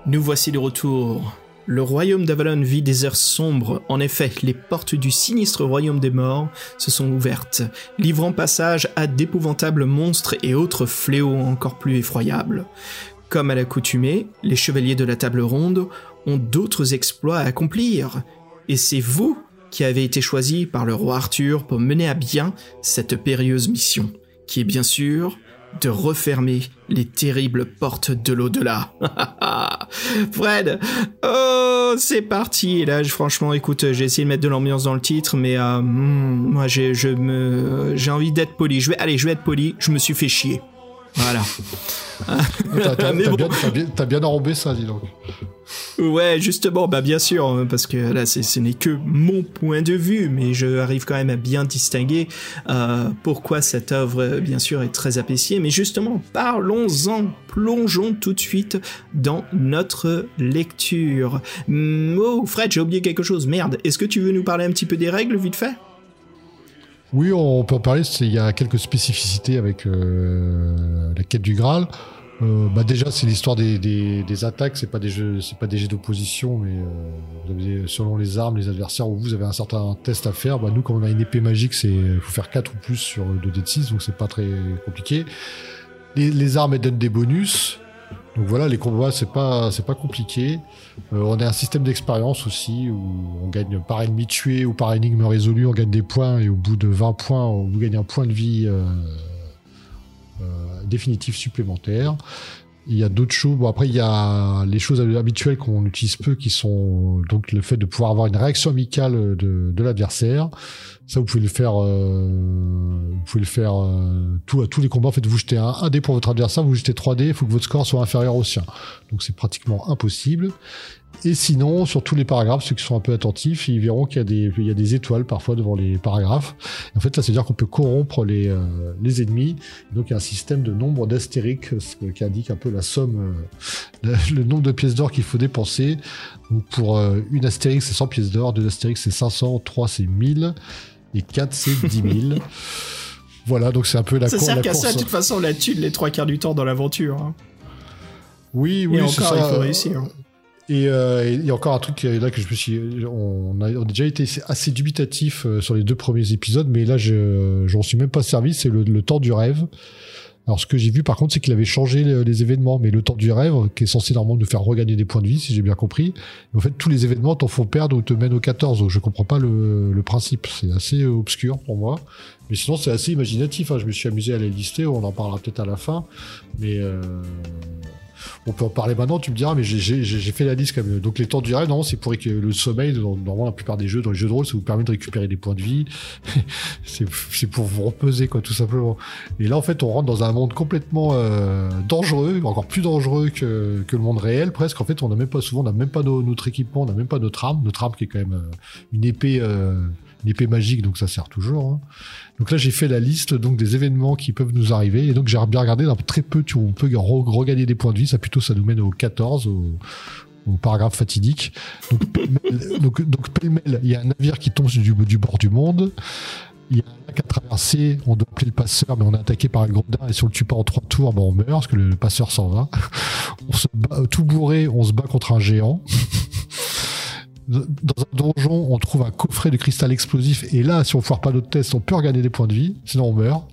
Nous voici de retour. Le royaume d'Avalon vit des heures sombres. En effet, les portes du sinistre royaume des morts se sont ouvertes, livrant passage à d'épouvantables monstres et autres fléaux encore plus effroyables. Comme à l'accoutumée, les chevaliers de la table ronde ont d'autres exploits à accomplir. Et c'est vous qui avez été choisis par le roi Arthur pour mener à bien cette périlleuse mission, qui est bien sûr de refermer les terribles portes de l'au-delà. Fred, oh, c'est parti. Et là, franchement, écoute, j'ai essayé de mettre de l'ambiance dans le titre, mais moi, j'ai envie d'être poli. Je vais être poli. Je me suis fait chier. Voilà. T'as bien enrobé ça, dis donc. Ouais, justement, bien sûr, parce que là, ce n'est que mon point de vue, mais je arrive quand même à bien distinguer pourquoi cette œuvre, bien sûr, est très appréciée. Mais justement, parlons-en, plongeons tout de suite dans notre lecture. Oh, Fred, j'ai oublié quelque chose, merde. Est-ce que tu veux nous parler un petit peu des règles, vite fait ? Oui, on peut en parler. Il y a quelques spécificités avec la quête du Graal. Déjà, c'est l'histoire des attaques. C'est pas des jets d'opposition, mais vous avez, selon les armes, les adversaires, où vous avez un certain test à faire. Nous, comme on a une épée magique, faut faire 4 ou plus sur 2 d 6, donc c'est pas très compliqué. Les armes, elles donnent des bonus. Donc voilà, les combats, c'est pas compliqué. On a un système d'expérience aussi où on gagne par ennemi tué ou par énigme résolue, on gagne des points, et au bout de 20 points, vous gagnez un point de vie définitif supplémentaire. Il y a d'autres choses. Bon, après, il y a les choses habituelles qu'on utilise peu, qui sont donc le fait de pouvoir avoir une réaction amicale de l'adversaire. Ça, vous pouvez le faire, à tous les combats. En fait, vous jetez un dé pour votre adversaire, vous jetez 3 dés, il faut que votre score soit inférieur au sien. Donc, c'est pratiquement impossible. Et sinon, sur tous les paragraphes, ceux qui sont un peu attentifs, ils verront qu'il y a des étoiles parfois devant les paragraphes. Et en fait, là, c'est-à-dire qu'on peut corrompre les ennemis. Et donc, il y a un système de nombre d'astérix qui indique un peu la somme, le nombre de pièces d'or qu'il faut dépenser. Donc, pour une astérix, c'est 100 pièces d'or, 2 astérix, c'est 500, 3, c'est 1000, et 4, c'est 10 000. Voilà, donc c'est un peu la course. Ça sert qu'à ça, de toute façon, la thune, les 3 quarts du temps dans l'aventure. Hein. Oui, et encore, c'est ça. Il faut réussir. Et il y a encore un truc là que je me suis, on a déjà été assez dubitatif sur les 2 premiers épisodes, mais là j'en suis même pas servi. C'est le temps du rêve. Alors ce que j'ai vu par contre, c'est qu'il avait changé les événements, mais le temps du rêve, qui est censé normalement nous faire regagner des points de vie, si j'ai bien compris, en fait tous les événements t'en font perdre ou te mènent au 14. Donc je comprends pas le principe. C'est assez obscur pour moi, mais sinon c'est assez imaginatif. Je me suis amusé à les lister. On en parlera peut-être à la fin, mais on peut en parler maintenant, tu me diras, mais j'ai fait la liste quand même. Donc les temps du rêve, non, c'est pour que le sommeil, normalement la plupart des jeux, dans les jeux de rôle, ça vous permet de récupérer des points de vie. c'est pour vous reposer, quoi, tout simplement. Et là, en fait, on rentre dans un monde complètement dangereux, encore plus dangereux que le monde réel, presque. En fait, on n'a même pas notre équipement, on n'a même pas notre arme qui est quand même une épée magique, donc ça sert toujours. Hein. Donc là, j'ai fait la liste donc des événements qui peuvent nous arriver, et donc j'ai bien regardé, dans très peu, on peut regagner des points de vie. Ça nous mène au 14, au paragraphe fatidique. Donc pêle-mêle, il y a un navire qui tombe du bord du monde. Il y a un lac à traverser, on doit appeler le passeur, mais on est attaqué par un gredin, et si on le tue pas en 3 tours, on meurt, parce que le passeur s'en va. On se bat, tout bourré, on se bat contre un géant. Dans un donjon, on trouve un coffret de cristal explosif, et là, si on ne foire pas notre test, on peut regagner des points de vie, sinon on meurt.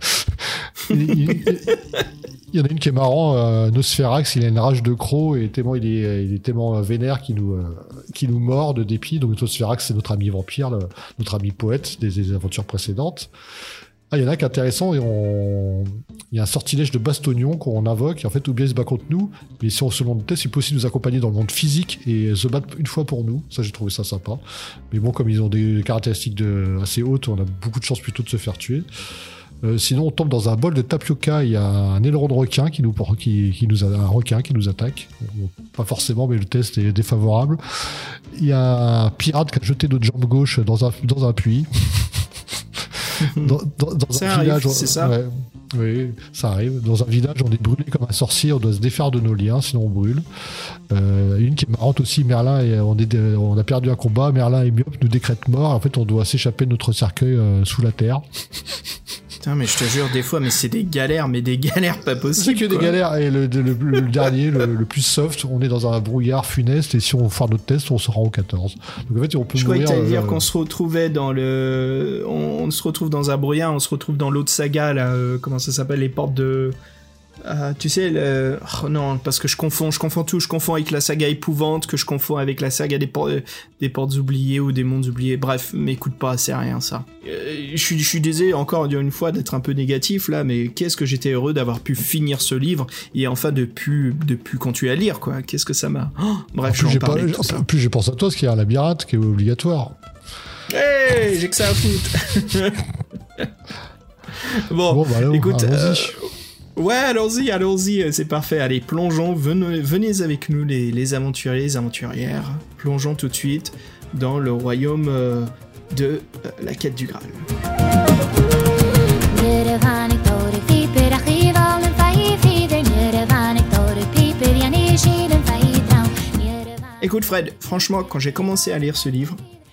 Il y en a une qui est marrant, Nosferax, il a une rage de croc, et tellement il est tellement vénère qu'il nous mord de dépit. Donc Nosferax, c'est notre ami vampire, notre ami poète des aventures précédentes. Il y en a qui est intéressant, et il y a un sortilège de bastognon qu'on invoque, et en fait, Oublier se bat contre nous, mais si on se demande peut-être, il peut aussi nous accompagner dans le monde physique et se battre une fois pour nous. Ça, j'ai trouvé ça sympa. Mais bon, comme ils ont des caractéristiques assez hautes, on a beaucoup de chances plutôt de se faire tuer. Sinon, on tombe dans un bol de tapioca, il y a un aileron de requin un requin qui nous attaque. Bon, pas forcément, mais le test est défavorable. Il y a un pirate qui a jeté notre jambe gauche dans un puits. Dans ça un village, arrive, c'est ça. Ouais, oui, ça arrive. Dans un village, on est brûlé comme un sorcier, on doit se défaire de nos liens, sinon on brûle. Une qui est marrante aussi, Merlin, on a perdu un combat, Merlin et Myope nous décrètent mort, en fait on doit s'échapper de notre cercueil sous la terre. Putain, mais je te jure, des fois, mais c'est des galères pas possibles. C'est que des galères. Et le dernier, le plus soft, on est dans un brouillard funeste et si on fait notre test, on se rend au 14. Donc en fait, on peut je croyais mourir. que t'allais dire qu'on se retrouvait dans le... On se retrouve dans un brouillard, on se retrouve dans l'autre saga, là, comment ça s'appelle, les portes de... tu sais, oh non, parce que je confonds tout, je confonds avec la saga épouvante, que je confonds avec la saga des portes oubliées ou des mondes oubliés, bref, m'écoute pas, c'est rien ça. Je suis désolé encore une fois d'être un peu négatif là, mais qu'est-ce que j'étais heureux d'avoir pu finir ce livre et enfin de plus continuer à lire quoi, qu'est-ce que ça m'a... Oh, bref, je vais en parler. En plus, j'ai pensé à toi, parce qu'il y a un labyrinthe qui est obligatoire. Hey, j'ai que ça à foutre. bon bah alors, écoute... Ouais, allons-y, c'est parfait. Allez, plongeons, venez avec nous les aventuriers, les aventurières. Plongeons tout de suite dans le royaume de la quête du Graal. Écoute Fred, franchement, quand j'ai commencé à lire ce livre,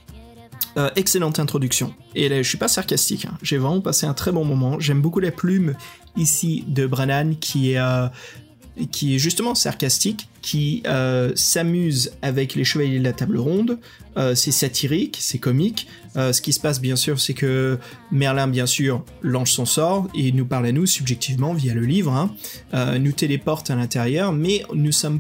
excellente introduction. Et là, je suis pas sarcastique, hein. J'ai vraiment passé un très bon moment. J'aime beaucoup la plume ici de Brennan qui est justement sarcastique, qui s'amuse avec les chevaliers de la table ronde. C'est satirique, c'est comique. Ce qui se passe, bien sûr, c'est que Merlin, bien sûr, lance son sort et nous parle à nous subjectivement via le livre, hein, nous téléporte à l'intérieur, mais nous sommes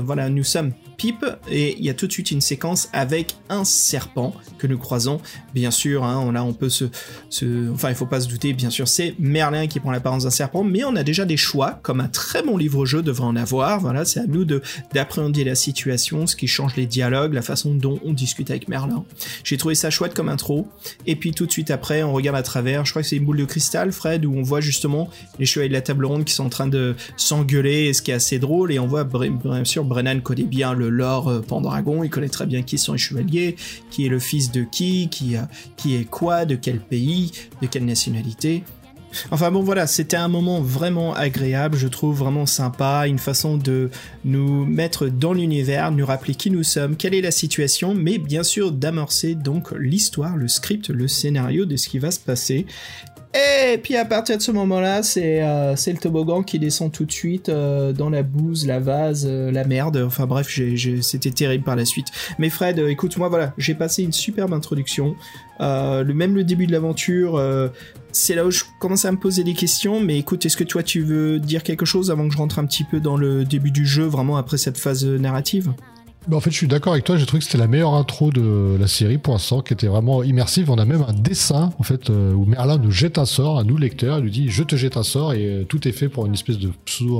Pipe, et il y a tout de suite une séquence avec un serpent que nous croisons, bien sûr, hein, là on peut enfin il faut pas se douter, bien sûr c'est Merlin qui prend l'apparence d'un serpent, mais on a déjà des choix, comme un très bon livre-jeu devrait en avoir, voilà, c'est à nous d'appréhender la situation, ce qui change les dialogues, la façon dont on discute avec Merlin. J'ai trouvé ça chouette comme intro, et puis tout de suite après on regarde à travers, je crois que c'est une boule de cristal, Fred, où on voit justement les chevaliers de la table ronde qui sont en train de s'engueuler, ce qui est assez drôle, et on voit bien sûr Brennan connaît bien le lore Pendragon, il connaît très bien qui sont les chevaliers, qui est le fils de qui est quoi, de quel pays, de quelle nationalité. Enfin bon voilà, c'était un moment vraiment agréable, je trouve vraiment sympa, une façon de nous mettre dans l'univers, nous rappeler qui nous sommes, quelle est la situation, mais bien sûr d'amorcer donc l'histoire, le script, le scénario de ce qui va se passer. Et puis à partir de ce moment-là, c'est le toboggan qui descend tout de suite dans la bouse, la vase, la merde. Enfin bref, c'était terrible par la suite. Mais Fred, écoute, moi voilà, j'ai passé une superbe introduction. Même le début de l'aventure, c'est là où je commence à me poser des questions. Mais écoute, est-ce que toi tu veux dire quelque chose avant que je rentre un petit peu dans le début du jeu, vraiment après cette phase narrative ? En fait, je suis d'accord avec toi. J'ai trouvé que c'était la meilleure intro de la série pour l'instant, qui était vraiment immersive. On a même un dessin, en fait, où Merlin nous jette un sort, à nous lecteurs. Il nous dit, je te jette un sort, et tout est fait pour une espèce de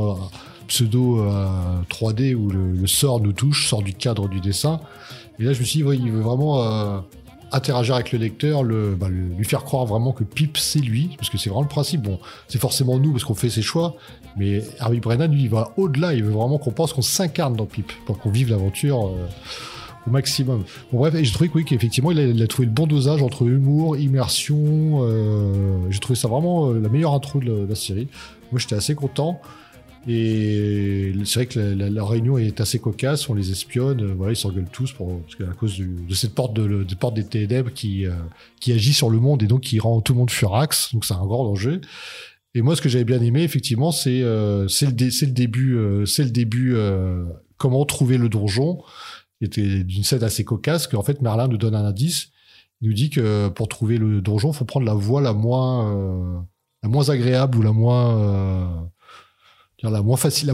pseudo 3D où le sort nous touche, sort du cadre du dessin. Et là, je me suis dit, ouais, il veut vraiment interagir avec le lecteur, lui faire croire vraiment que Pipe, c'est lui, parce que c'est vraiment le principe. Bon, c'est forcément nous, parce qu'on fait ses choix, mais Harvey Brennan, lui, il va au-delà. Il veut vraiment qu'on pense qu'on s'incarne dans Pipe, pour qu'on vive l'aventure au maximum. Bon, bref, et j'ai trouvé qu'effectivement, il a trouvé le bon dosage entre humour, immersion. J'ai trouvé ça vraiment la meilleure intro de la série. Moi, j'étais assez content. Et c'est vrai que la réunion est assez cocasse, on les espionne, voilà, ils s'engueulent tous parce qu'à cause de cette porte des ténèbres qui agit sur le monde et donc qui rend tout le monde furax, donc c'est un grand danger. Et moi, ce que j'avais bien aimé, effectivement, c'est le début, comment trouver le donjon, qui était d'une scène assez cocasse, qu'en fait Merlin nous donne un indice, il nous dit que pour trouver le donjon, il faut prendre la voie la moins agréable ou la moins facile,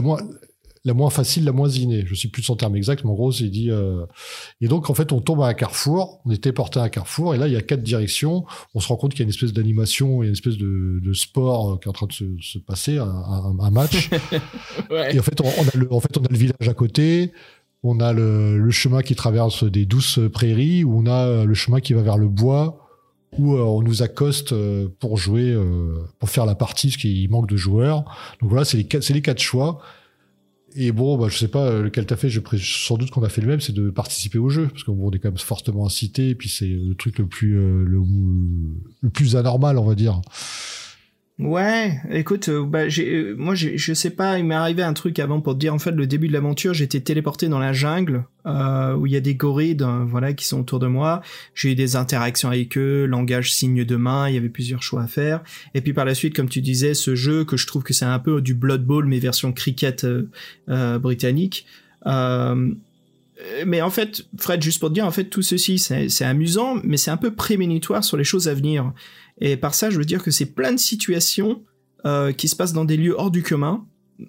la moins innée. Je sais plus de son terme exact, mais en gros, c'est dit. Et donc, en fait, on tombe à un carrefour. On est téléporté à un carrefour, et là, il y a 4 directions. On se rend compte qu'il y a une espèce d'animation et une espèce de sport qui est en train de se passer, un match. Ouais. Et en fait, on a le village à côté. On a le chemin qui traverse des douces prairies, ou on a le chemin qui va vers le bois, où on nous accoste pour jouer, pour faire la partie, parce qu'il manque de joueurs. Donc voilà, c'est les 4 choix. Et bon, je sais pas lequel t'as fait, sans doute qu'on a fait le même, c'est de participer au jeu, parce qu'on est quand même fortement incité, et puis c'est le truc le plus anormal, on va dire. Ouais, écoute, je sais pas, il m'est arrivé un truc avant pour te dire, en fait, le début de l'aventure, j'étais téléporté dans la jungle, où il y a des gorilles, voilà, qui sont autour de moi. J'ai eu des interactions avec eux, langage signe de main, il y avait plusieurs choix à faire. Et puis par la suite, comme tu disais, ce jeu que je trouve que c'est un peu du Blood Bowl, mais version cricket britannique. Mais en fait, Fred, juste pour te dire, en fait, tout ceci, c'est amusant, mais c'est un peu prémonitoire sur les choses à venir. Et par ça, je veux dire que c'est plein de situations qui se passent dans des lieux hors du commun,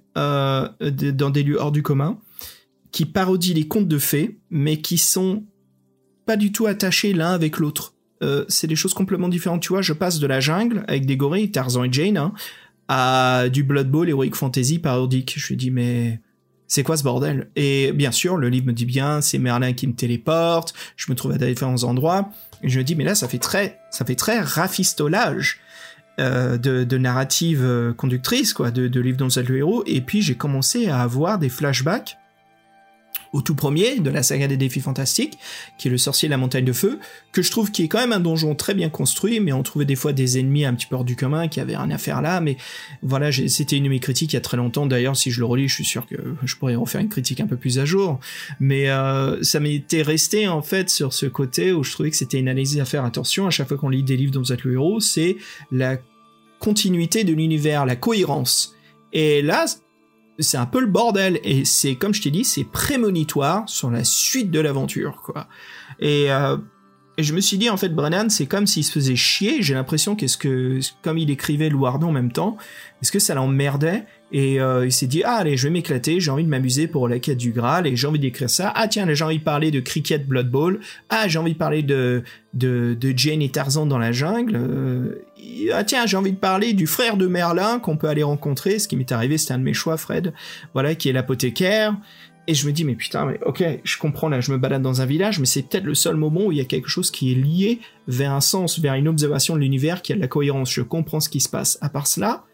qui parodient les contes de fées, mais qui sont pas du tout attachés l'un avec l'autre. C'est des choses complètement différentes. Tu vois, je passe de la jungle avec des gorilles, Tarzan et Jane, hein, à du Blood Bowl, Heroic Fantasy parodique. Je lui dis, mais c'est quoi ce bordel? Et bien sûr, le livre me dit bien, c'est Merlin qui me téléporte, je me trouve à différents endroits, et je me dis, mais là, ça fait très rafistolage de narrative conductrice, quoi, de livre dont vous êtes le héros, et puis j'ai commencé à avoir des flashbacks au tout premier de la saga des défis fantastiques, qui est le sorcier de la montagne de feu, que je trouve qui est quand même un donjon très bien construit, mais on trouvait des fois des ennemis un petit peu hors du commun, qui avaient rien à faire là, mais voilà, c'était une de mes critiques il y a très longtemps, d'ailleurs, si je le relis, je suis sûr que je pourrais refaire une critique un peu plus à jour, mais ça m'était resté, en fait, sur ce côté où je trouvais que c'était une analyse à faire attention, à chaque fois qu'on lit des livres dont vous êtes le héros, c'est la continuité de l'univers, la cohérence, et là, c'est un peu le bordel, et c'est, comme je t'ai dit, c'est prémonitoire sur la suite de l'aventure, quoi. Et je me suis dit, en fait, Brennan, c'est comme s'il se faisait chier, j'ai l'impression comme il écrivait Louardon en même temps, est-ce que ça l'emmerdait, et il s'est dit, allez, je vais m'éclater, j'ai envie de m'amuser pour la quête du Graal, et j'ai envie d'écrire ça, tiens, là, j'ai envie de parler de Cricket Blood Bowl, j'ai envie de parler de Jane et Tarzan dans la jungle, tiens, j'ai envie de parler du frère de Merlin qu'on peut aller rencontrer, ce qui m'est arrivé, c'était un de mes choix, Fred, voilà, qui est l'apothicaire, et je me dis, mais putain, mais ok, je comprends, là, je me balade dans un village, mais c'est peut-être le seul moment où il y a quelque chose qui est lié vers un sens, vers une observation de l'univers, qui a de la cohérence, je comprends ce qui se passe, à part cela,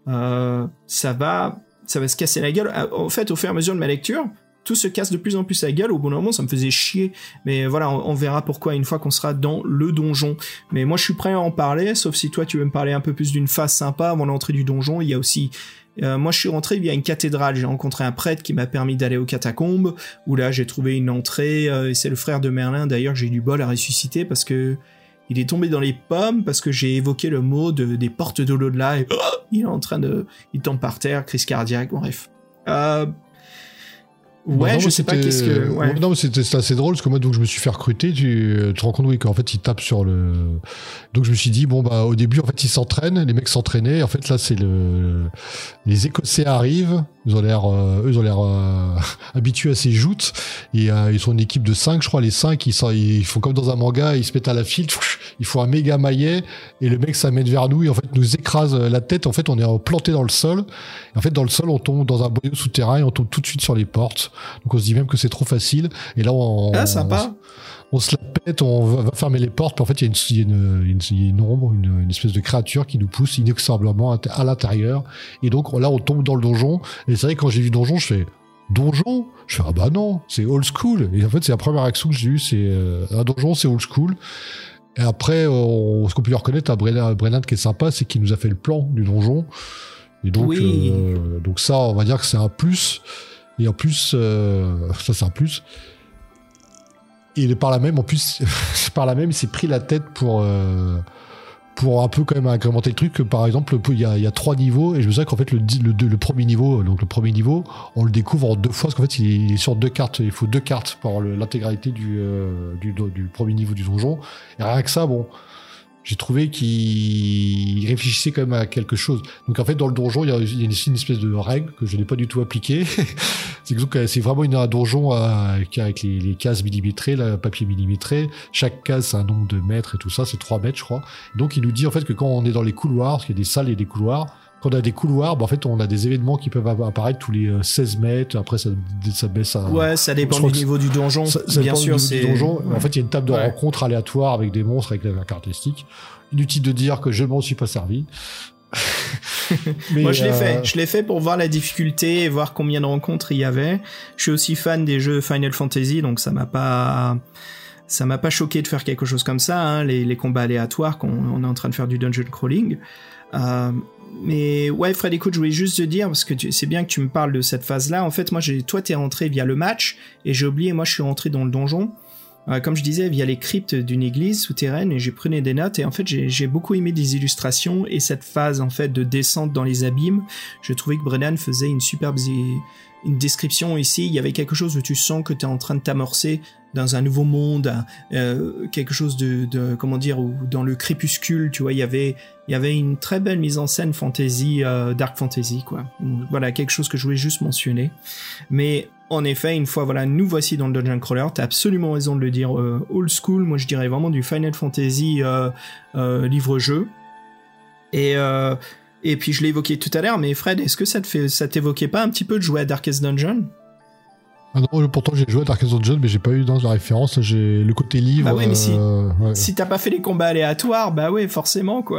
ça va se casser la gueule. En fait, au fur et à mesure de ma lecture, tout se casse de plus en plus la gueule. Au bout d'un moment, ça me faisait chier. Mais voilà, on verra pourquoi une fois qu'on sera dans le donjon. Mais moi, je suis prêt à en parler, sauf si toi, tu veux me parler un peu plus d'une phase sympa avant l'entrée du donjon. Il y a aussi... moi, je suis rentré via une cathédrale. J'ai rencontré un prêtre qui m'a permis d'aller aux catacombes, où là, j'ai trouvé une entrée. Et c'est le frère de Merlin, d'ailleurs, j'ai eu du bol à ressusciter parce que il est tombé dans les pommes parce que j'ai évoqué le mot des portes de l'au-delà et il tombe par terre, crise cardiaque, bref. Ouais, non, je sais pas qu'est-ce que... Ouais. Non, mais c'était assez drôle, parce que moi, donc, je me suis fait recruter, tu te rends compte, oui, qu'en fait, ils tapent sur le... Donc, je me suis dit, bon, bah, au début, en fait, ils s'entraînent, les mecs s'entraînaient, en fait, là, c'est les Écossais arrivent, ils ont l'air habitués à ces joutes, et ils sont une équipe de 5, je crois, les 5, ils font comme dans un manga, ils se mettent à la file, ils font un méga maillet, et le mec s'amène vers nous, et en fait, nous écrase la tête, en fait, on est planté dans le sol, et en fait, dans le sol, on tombe dans un boyau souterrain, et on tombe tout de suite sur les portes. Donc on se dit même que c'est trop facile. Et là, sympa. On se la pète, on va fermer les portes. Puis en fait, il y a une ombre, une espèce de créature qui nous pousse inexorablement à l'intérieur. Et donc là, on tombe dans le donjon. Et c'est vrai que quand j'ai vu donjon, je fais donjon. Je fais ah bah non, c'est old school. Et en fait, c'est la première réaction que j'ai eue, c'est un donjon, c'est old school. Et après, ce qu'on peut lui reconnaître à Brennan qui est sympa, c'est qu'il nous a fait le plan du donjon. Et donc, oui. Donc ça, on va dire que c'est un plus. Et en plus, ça c'est un plus. Et par là même, en plus, il s'est pris la tête pour un peu quand même agrémenter le truc. Que, par exemple, il y a 3 niveaux, et je me souviens qu'en fait le premier niveau, donc le premier niveau, on le découvre en 2 fois, parce qu'en fait il est sur 2 cartes. Il faut 2 cartes pour l'intégralité du premier niveau du donjon. Et rien que ça, bon. J'ai trouvé qu'il réfléchissait quand même à quelque chose. Donc en fait, dans le donjon, il y a une espèce de règle que je n'ai pas du tout appliquée. C'est vraiment un donjon avec les cases millimétrées, le papier millimétré. Chaque case, c'est un nombre de mètres et tout ça. C'est 3 mètres, je crois. Donc il nous dit en fait que quand on est dans les couloirs, parce qu'il y a des salles et des couloirs, quand on a des couloirs, en fait, on a des événements qui peuvent apparaître tous les 16 mètres. Après, ça baisse à... Ouais, ça dépend du niveau du donjon. Ça bien sûr, c'est... Du donjon. En fait, il y a une table de rencontre aléatoire avec des monstres, avec la caractéristique. Inutile de dire que je ne m'en suis pas servi. Mais moi, je l'ai fait pour voir la difficulté et voir combien de rencontres il y avait. Je suis aussi fan des jeux Final Fantasy, donc ça m'a pas... ça m'a pas choqué de faire quelque chose comme ça, hein, les combats aléatoires quand on est en train de faire du dungeon crawling. Mais ouais, Fred, écoute, je voulais juste te dire, parce que c'est bien que tu me parles de cette phase-là. En fait, moi, toi, t'es rentré via le match, et j'ai oublié, moi, je suis rentré dans le donjon. Comme je disais, via les cryptes d'une église souterraine, et j'ai pris des notes, et en fait, j'ai beaucoup aimé des illustrations, et cette phase, en fait, de descente dans les abîmes. Je trouvais que Brennan faisait une superbe une description ici. Il y avait quelque chose où tu sens que t'es en train de t'amorcer dans un nouveau monde, quelque chose de comment dire, ou dans le crépuscule, tu vois, il y avait une très belle mise en scène fantasy, dark fantasy, quoi. Voilà, quelque chose que je voulais juste mentionner. Mais en effet, une fois, voilà, nous voici dans le Dungeon Crawler, t'as absolument raison de le dire, old school, moi je dirais vraiment du Final Fantasy livre-jeu. Et puis je l'ai évoqué tout à l'heure, mais Fred, est-ce que ça t'évoquait pas un petit peu de jouer à Darkest Dungeon ? Ah non, pourtant j'ai joué à Darkest Dungeon, mais j'ai pas eu dans la référence, j'ai le côté livre. Bah ouais, mais si t'as pas fait les combats aléatoires, bah ouais, forcément, quoi.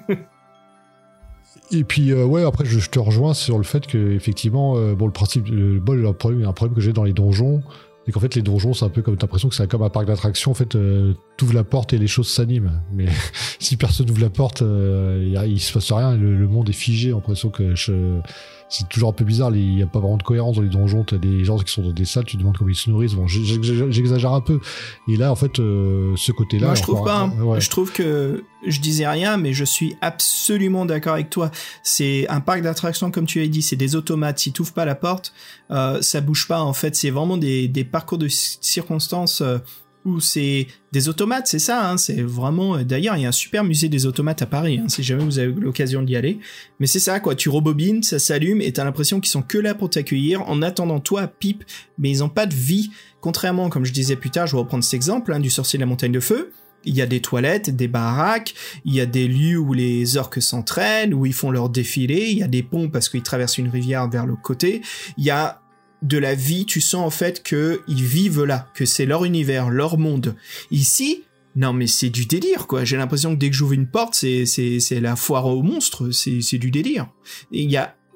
Et puis, ouais, après, je te rejoins sur le fait que, effectivement, bon, le principe, il y a un problème que j'ai dans les donjons, c'est qu'en fait, les donjons, c'est un peu comme, t'as l'impression que c'est comme un parc d'attractions, en fait, t'ouvres la porte et les choses s'animent. Mais si personne ouvre la porte, il se passe rien, le monde est figé, j'ai l'impression que c'est toujours un peu bizarre, il n'y a pas vraiment de cohérence dans les donjons, t'as des gens qui sont dans des salles, tu te demandes comment ils se nourrissent, bon, j'exagère un peu. Et là, en fait, ce côté-là... Moi, je trouve pas, ouais. Je trouve que je disais rien, mais je suis absolument d'accord avec toi. C'est un parc d'attractions, comme tu as dit, c'est des automates, si t'ouvres pas la porte, ça bouge pas, en fait, c'est vraiment des parcours de circonstances... où c'est des automates, c'est ça, hein, c'est vraiment... D'ailleurs, il y a un super musée des automates à Paris, hein, si jamais vous avez l'occasion d'y aller. Mais c'est ça, quoi, tu rebobines, ça s'allume, et t'as l'impression qu'ils sont que là pour t'accueillir, en attendant toi, pipe, mais ils ont pas de vie. Contrairement, comme je disais plus tard, je vais reprendre cet exemple, hein, du Sorcier de la Montagne de Feu, il y a des toilettes, des baraques, il y a des lieux où les orques s'entraînent, où ils font leur défilé, il y a des ponts parce qu'ils traversent une rivière vers l'autre côté, il y a... de la vie, tu sens en fait qu'ils vivent là, que c'est leur univers, leur monde. Ici, non mais c'est du délire, quoi. J'ai l'impression que dès que j'ouvre une porte, c'est la foire aux monstres, c'est du délire. Et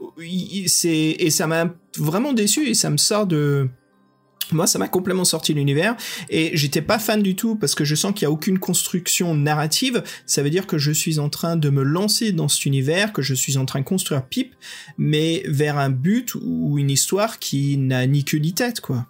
et ça m'a vraiment déçu, et ça me sort de... Moi, ça m'a complètement sorti de l'univers, et j'étais pas fan du tout, parce que je sens qu'il y a aucune construction narrative. Ça veut dire que je suis en train de me lancer dans cet univers, que je suis en train de construire Pipe, mais vers un but ou une histoire qui n'a ni queue ni tête, quoi.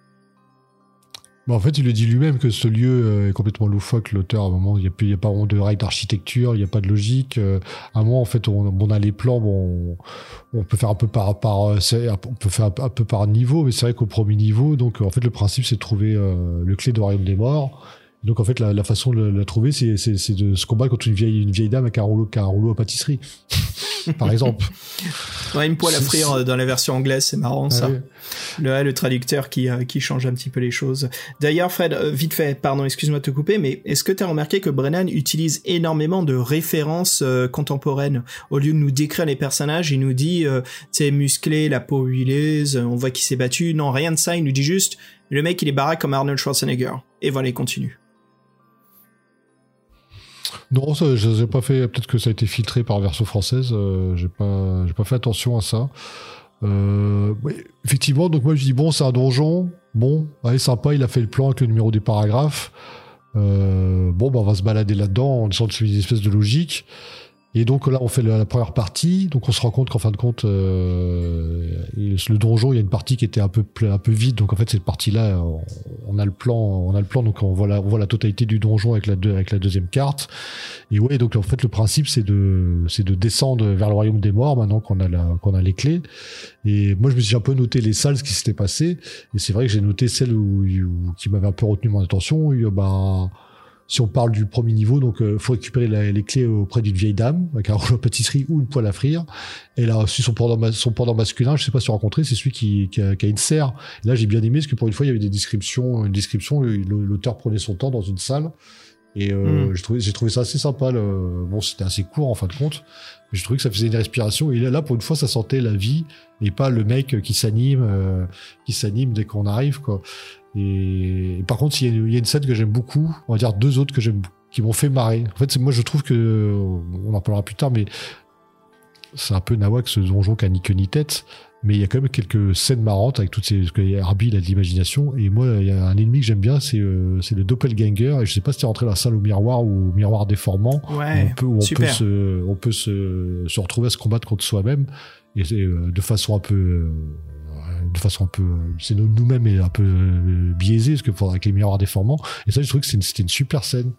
Bah en fait, il le dit lui-même que ce lieu est complètement loufoque. L'auteur, à un moment, il y a pas vraiment de règles d'architecture, il y a pas de logique. À un moment, en fait, on a les plans, bon, on peut faire un peu on peut faire un peu par niveau, mais c'est vrai qu'au premier niveau, donc en fait, le principe, c'est de trouver le clé de Royaume des Morts. Donc en fait, la façon de la trouver, c'est de se combattre contre une vieille dame avec un rouleau à pâtisserie, par exemple. Ouais, une poêle à frire dans la version anglaise, c'est marrant, ça. Ouais. Le traducteur qui change un petit peu les choses. D'ailleurs, Fred, vite fait, pardon, excuse-moi de te couper, mais est-ce que tu as remarqué que Brennan utilise énormément de références contemporaines? Au lieu de nous décrire les personnages, il nous dit, tu sais, musclé, la peau huileuse, on voit qu'il s'est battu. Non, rien de ça, il nous dit juste, le mec, il est baraque comme Arnold Schwarzenegger. Et voilà, il continue. Non, ça, je n'ai pas fait. Peut-être que ça a été filtré par version française. J'ai pas fait attention à ça. Ouais, effectivement, donc moi je dis bon, c'est un donjon. Bon, allez, sympa. Il a fait le plan avec le numéro des paragraphes. Bon, bah, on va se balader là-dedans en essayant de suivre une espèce de logique. Et donc là, on fait la première partie. Donc on se rend compte qu'en fin de compte, le donjon, il y a une partie qui était un peu vide. Donc en fait, cette partie-là, on a le plan. Donc on voit la totalité du donjon avec la deuxième carte. Et ouais, donc en fait, le principe, c'est de descendre vers le royaume des morts maintenant qu'on a les clés. Et moi, je me suis un peu noté les salles, ce qui s'était passé. Et c'est vrai que j'ai noté celle qui m'avait un peu retenu mon attention. Si on parle du premier niveau, donc faut récupérer les clés auprès d'une vieille dame avec un rouleau à pâtisserie ou une poêle à frire. Elle a aussi son pendant masculin, je sais pas si vous rencontrez, c'est celui qui a une serre. Et là, j'ai bien aimé parce que pour une fois, il y avait une description, l'auteur prenait son temps dans une salle. Et j'ai trouvé ça assez sympa. Bon, c'était assez court en fin de compte, mais j'ai trouvé que ça faisait une respiration. Et là, pour une fois, ça sentait la vie et pas le mec qui s'anime dès qu'on arrive, quoi. Et par contre, il y a une scène que j'aime beaucoup, on va dire deux autres qui m'ont fait marrer. En fait, moi, je trouve que, on en parlera plus tard, mais c'est un peu nawak ce donjon qui a ni queue ni tête. Mais il y a quand même quelques scènes marrantes avec toutes ces... Parce que Herbie, il a de l'imagination. Et moi, il y a un ennemi que j'aime bien, c'est le doppelganger. Et je sais pas si tu es rentré dans la salle au miroir déformant. Ouais, où on super. peut se retrouver à se combattre contre soi-même. Et de façon un peu... c'est nous-mêmes et un peu biaisé, parce que avec les miroirs déformants. Et ça, je trouve que c'était une super scène.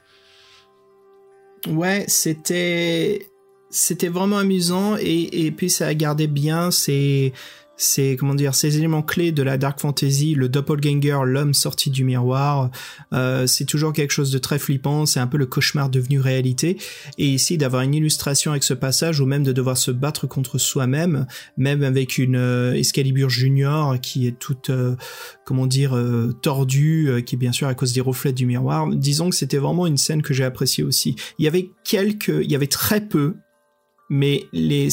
Ouais, c'était vraiment amusant et puis ça a gardé bien ces éléments clés de la dark fantasy, le doppelganger, l'homme sorti du miroir. C'est toujours quelque chose de très flippant, c'est un peu le cauchemar devenu réalité. Et ici, d'avoir une illustration avec ce passage, ou même de devoir se battre contre soi-même, même avec une Excalibur Junior qui est toute, tordue, qui est bien sûr à cause des reflets du miroir. Disons que c'était vraiment une scène que j'ai appréciée aussi. Il y avait très peu, mais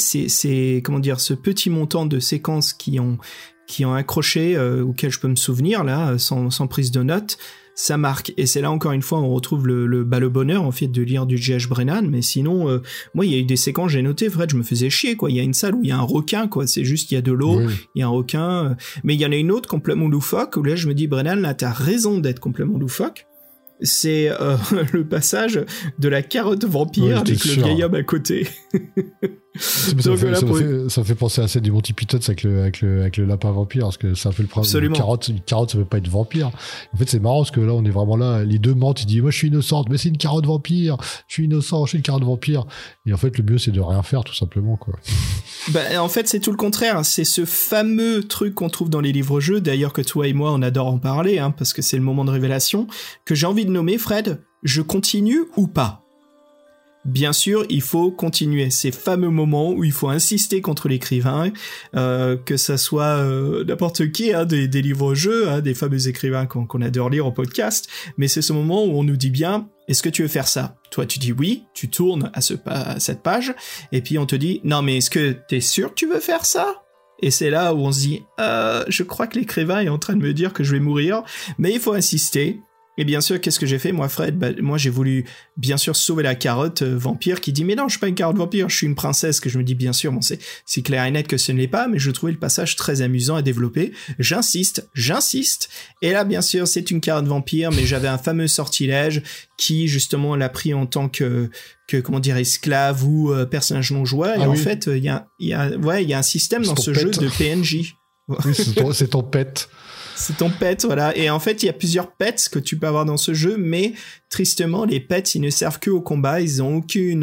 ce petit montant de séquences qui ont accroché, auxquelles je peux me souvenir là, sans prise de notes, ça marque. Et c'est là encore une fois on retrouve le bonheur en fait de lire du J.H. Brennan. Mais sinon, moi il y a eu des séquences, j'ai noté, Fred, je me faisais chier quoi. Il y a une salle où il y a un requin quoi, c'est juste il y a de l'eau, il y a un requin, mais il y en a une autre complètement loufoque où là je me dis Brennan, là t'as raison d'être complètement loufoque. C'est le passage de la carotte vampire avec le vieil homme à côté. Ça me fait penser à la scène du Monty Python avec le lapin vampire, parce que c'est un peu le problème. Une carotte, ça peut pas être vampire. En fait, c'est marrant parce que là, on est vraiment là. Les deux mentent, ils disent, moi, je suis innocente, mais c'est une carotte vampire. Je suis innocent, je suis une carotte vampire. Et en fait, le mieux, c'est de rien faire, tout simplement, quoi. En fait, c'est tout le contraire. C'est ce fameux truc qu'on trouve dans les livres-jeux, d'ailleurs que toi et moi, on adore en parler, parce que c'est le moment de révélation, que j'ai envie de nommer, Fred, je continue ou pas? Bien sûr, il faut continuer. Ces fameux moments où il faut insister contre l'écrivain, que ça soit n'importe qui, des livres-jeux, des fameux écrivains qu'on adore lire en podcast, mais c'est ce moment où on nous dit bien, est-ce que tu veux faire ça? Toi, tu dis oui, tu tournes à cette page, et puis on te dit, non mais est-ce que t'es sûr que tu veux faire ça? Et c'est là où on se dit, je crois que l'écrivain est en train de me dire que je vais mourir, mais il faut insister. Et bien sûr, qu'est-ce que j'ai fait, moi, Fred? Moi, j'ai voulu, bien sûr, sauver la carotte vampire qui dit « Mais non, je suis pas une carotte vampire, je suis une princesse. » Que je me dis, bien sûr, bon, c'est clair et net que ce ne l'est pas, mais je trouvais le passage très amusant à développer. J'insiste. Et là, bien sûr, c'est une carotte vampire, mais j'avais un fameux sortilège qui, justement, l'a pris en tant que esclave ou personnage non joueur. Et en fait, il y a un système dans ce jeu de PNJ. Oui, c'est ton pet. C'est ton pet, voilà. Et en fait, il y a plusieurs pets que tu peux avoir dans ce jeu, mais tristement, les pets, ils ne servent que au combat. Ils ont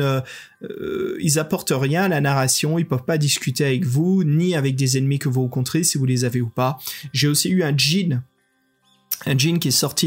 ils apportent rien à la narration. Ils peuvent pas discuter avec vous, ni avec des ennemis que vous rencontrez, si vous les avez ou pas. J'ai aussi eu un djinn qui est sorti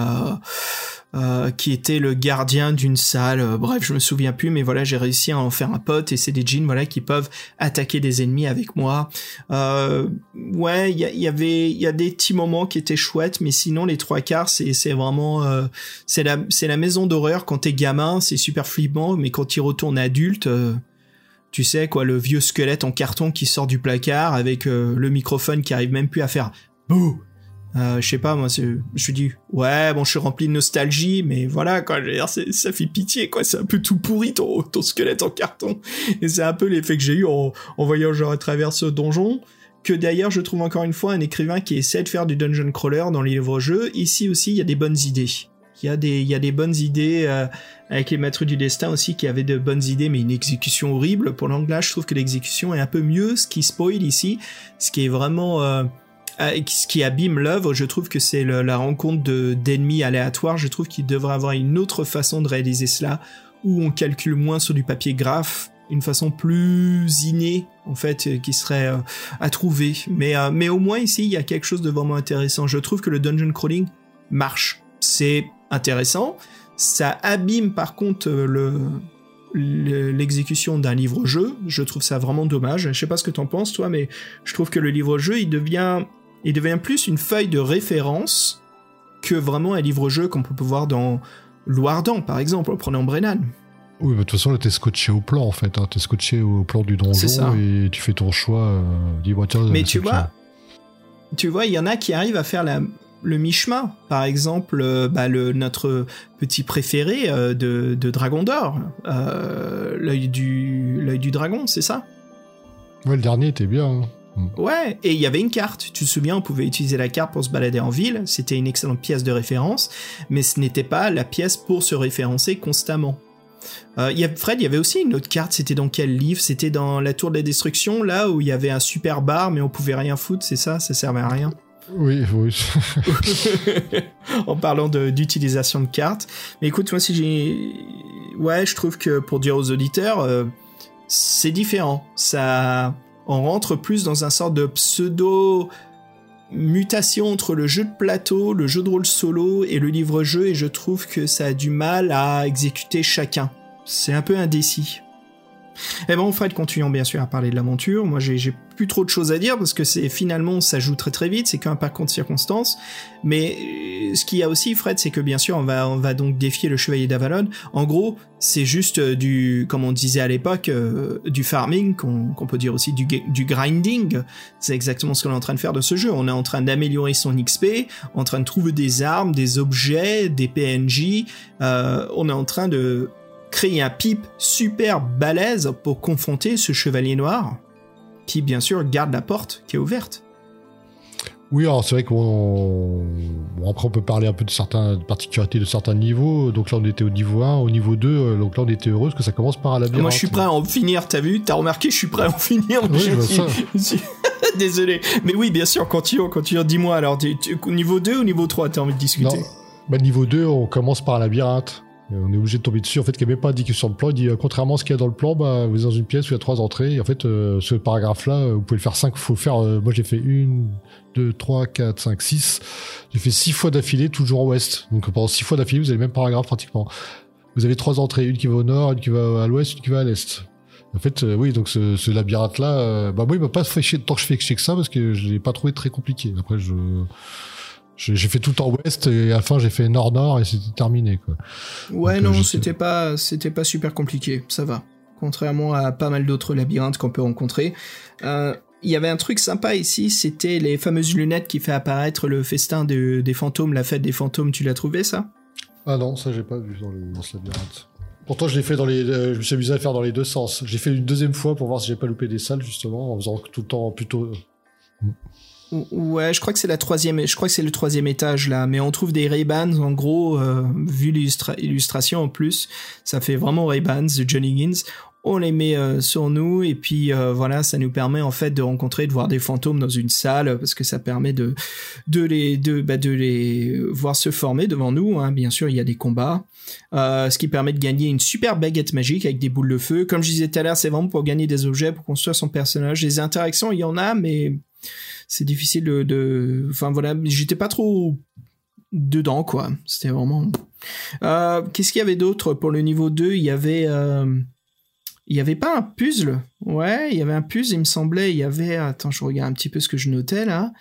qui était le gardien d'une salle. Bref, je me souviens plus, mais voilà, j'ai réussi à en faire un pote, et c'est des djinns, voilà, qui peuvent attaquer des ennemis avec moi. Ouais, il y a des petits moments qui étaient chouettes, mais sinon, les trois quarts, c'est vraiment, c'est la maison d'horreur quand t'es gamin, c'est super flippant, mais quand tu retournes adulte, tu sais, quoi, le vieux squelette en carton qui sort du placard avec le microphone qui arrive même plus à faire bouh. Je sais pas, moi, je me dis, ouais, bon, je suis rempli de nostalgie, mais voilà, quoi, je veux dire, ça fait pitié, quoi, c'est un peu tout pourri, ton squelette en carton. Et c'est un peu l'effet que j'ai eu en voyageant à travers ce donjon, que d'ailleurs, je trouve encore une fois un écrivain qui essaie de faire du dungeon crawler dans les livres-jeux. Ici aussi, il y a des bonnes idées. Il y a des bonnes idées, avec les maîtres du destin aussi, qui avaient de bonnes idées, mais une exécution horrible. Pour l'anglais, je trouve que l'exécution est un peu mieux, ce qui spoil ici, ce qui est vraiment, ce qui abîme l'œuvre. Je trouve que c'est la rencontre d'ennemis aléatoires. Je trouve qu'il devrait avoir une autre façon de réaliser cela, où on calcule moins sur du papier graphe, une façon plus innée, en fait, qui serait à trouver. Mais au moins ici, il y a quelque chose de vraiment intéressant. Je trouve que le dungeon crawling marche. C'est intéressant. Ça abîme par contre l'exécution d'un livre-jeu. Je trouve ça vraiment dommage. Je sais pas ce que t'en penses, toi, mais je trouve que le livre-jeu, il devient plus une feuille de référence que vraiment un livre-jeu qu'on peut voir dans Loardan, par exemple, en prenant Brennan. Oui, de toute façon, là, t'es scotché au plan, en fait. Hein. T'es scotché au plan du donjon et tu fais ton choix. Dis-moi, tiens, mais tu vois, il y en a qui arrivent à faire le mi-chemin. Par exemple, notre petit préféré de Dragon d'Or, l'œil du dragon, c'est ça? Ouais, le dernier était bien. Hein. Ouais, et il y avait une carte. Tu te souviens, on pouvait utiliser la carte pour se balader en ville. C'était une excellente pièce de référence, mais ce n'était pas la pièce pour se référencer constamment. Fred, il y avait aussi une autre carte. C'était dans quel livre? C'était dans la Tour de la Destruction, là où il y avait un super bar, mais on pouvait rien foutre, c'est ça? Ça servait à rien. Oui. En parlant d'utilisation de cartes. Mais écoute, moi, je trouve que pour dire aux auditeurs, c'est différent. On rentre plus dans un sorte de pseudo mutation entre le jeu de plateau, le jeu de rôle solo et le livre-jeu, et je trouve que ça a du mal à exécuter chacun. C'est un peu indécis. Et bon, Fred, continuons bien sûr à parler de l'aventure. Moi, j'ai plus trop de choses à dire parce que finalement, ça joue très très vite. C'est qu'un parcours de circonstances. Mais ce qu'il y a aussi, Fred, c'est que bien sûr, on va donc défier le Chevalier d'Avalon. En gros, c'est juste comme on disait à l'époque, du farming, qu'on peut dire aussi du grinding. C'est exactement ce qu'on est en train de faire de ce jeu. On est en train d'améliorer son XP, en train de trouver des armes, des objets, des PNJ. On est en train de créer un pipe super balèze pour confronter ce chevalier noir qui, bien sûr, garde la porte qui est ouverte. Oui, alors c'est vrai après on peut parler un peu de certaines particularités de certains niveaux. Donc là on était au niveau 1, au niveau 2, donc là on était heureux parce que ça commence par un labyrinthe. Moi je suis prêt à en finir, t'as remarqué, je suis prêt à en finir. Oui, ça. Désolé. Mais oui, bien sûr, continuons, dis-moi alors, niveau 2 ou niveau 3, t'as envie de discuter? Non, niveau 2, on commence par un labyrinthe. On est obligé de tomber dessus, en fait, qui n'est même pas indiqué sur le plan. Il dit, contrairement à ce qu'il y a dans le plan, vous êtes dans une pièce où il y a 3 entrées. Et en fait, ce paragraphe-là, vous pouvez le faire 5 fois. Moi, j'ai fait 1, 2, 3, 4, 5, 6. J'ai fait 6 fois d'affilée, toujours au ouest. Donc, pendant 6 fois d'affilée, vous avez le même paragraphe pratiquement. Vous avez 3 entrées, une qui va au nord, une qui va à l'ouest, une qui va à l'est. En fait, oui, donc ce labyrinthe-là, moi, il m'a pas fait chier tant que je fais que ça, parce que je l'ai pas trouvé très compliqué. Après, j'ai fait tout en ouest et à la fin j'ai fait nord-nord et c'était terminé, quoi. Ouais, donc, non, c'était pas super compliqué, ça va. Contrairement à pas mal d'autres labyrinthes qu'on peut rencontrer. Il y avait un truc sympa ici, c'était les fameuses lunettes qui fait apparaître le festin des fantômes, la fête des fantômes. Tu l'as trouvé, ça? Ah non, ça j'ai pas vu dans ce labyrinthe. Pourtant je l'ai fait je me suis amusé à le faire dans les deux sens. J'ai fait une deuxième fois pour voir si j'ai pas loupé des salles, justement, en faisant tout le temps plutôt... Ouais, je crois que c'est le 3e étage là, mais on trouve des Ray-Bans en gros, vu l'illustration en plus, ça fait vraiment Ray-Bans de Johnny Higgins. On les met sur nous et puis voilà, ça nous permet en fait de voir des fantômes dans une salle parce que ça permet de les voir se former devant nous, hein. Bien sûr, il y a des combats, ce qui permet de gagner une super baguette magique avec des boules de feu. Comme je disais tout à l'heure, c'est vraiment pour gagner des objets, pour construire son personnage. Les interactions, il y en a, mais c'est difficile enfin voilà, j'étais pas trop dedans, quoi. C'était vraiment... qu'est-ce qu'il y avait d'autre pour le niveau 2? Il y avait pas un puzzle? Ouais, il y avait un puzzle, il me semblait. Il y avait... Attends, je regarde un petit peu ce que je notais, là.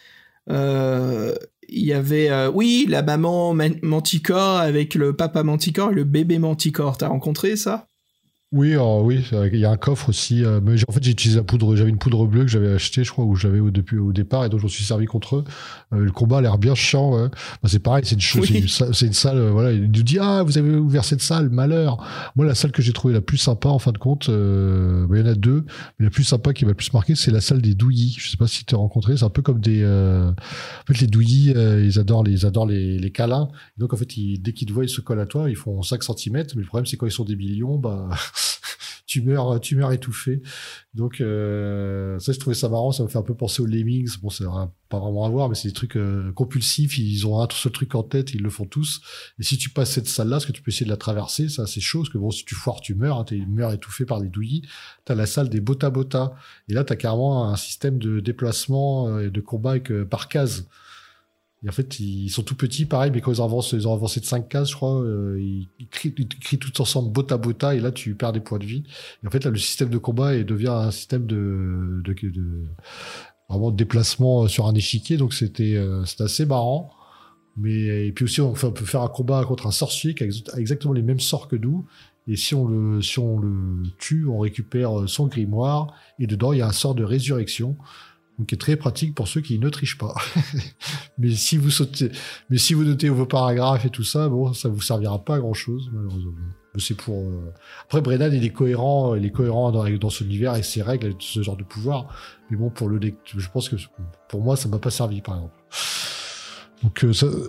Il y avait... oui, la maman Manticore avec le papa Manticore et le bébé Manticore. T'as rencontré ça? Oui, il y a un coffre aussi. Mais en fait, j'ai utilisé j'avais une poudre bleue que j'avais achetée, je crois, ou j'avais au départ, et donc je me suis servi contre eux. Le combat a l'air bien chiant. Ouais. C'est pareil, c'est une salle. Voilà, il nous dit vous avez ouvert cette salle, malheur. Moi, la salle que j'ai trouvée la plus sympa, en fin de compte, il y en a 2, mais la plus sympa qui m'a le plus marqué, c'est la salle des douillis. Je sais pas si tu as rencontré. C'est un peu comme des. En fait, les douillis, ils adorent les câlins. Donc en fait, dès qu'ils te voient, ils se collent à toi. Ils font 5 cm. Mais le problème, c'est quand ils sont des millions, tu meurs étouffé. Donc ça, je trouvais ça marrant. Ça me fait un peu penser aux Lemmings. Bon, ça n'a pas vraiment à voir, mais c'est des trucs compulsifs. Ils ont un seul truc en tête, ils le font tous. Et si tu passes cette salle-là, parce que tu peux essayer de la traverser, ça c'est chaud, parce que bon, si tu foires, tu meurs. Tu meurs étouffé par des douillis. T'as la salle des Bota Bota. Et là, t'as carrément un système de déplacement et de combat par case. Et en fait, ils sont tout petits, pareil, mais quand ils ont avancé de 5 cases, je crois, ils crient tout ensemble Bota Bota, et là, tu perds des points de vie. Et en fait, là, le système de combat devient un système de vraiment de déplacement sur un échiquier, donc c'était assez marrant. Et puis aussi, on peut faire un combat contre un sorcier qui a exactement les mêmes sorts que nous. Et si on le tue, on récupère son grimoire, et dedans, il y a un sort de résurrection. Donc, qui est très pratique pour ceux qui ne trichent pas. mais si vous notez vos paragraphes et tout ça, bon, ça vous servira pas à grand chose, malheureusement. c'est pour. Après, Brennan, il est cohérent dans son univers et ses règles, et ce genre de pouvoir. Mais bon, je pense que pour moi, ça m'a pas servi, par exemple. Donc,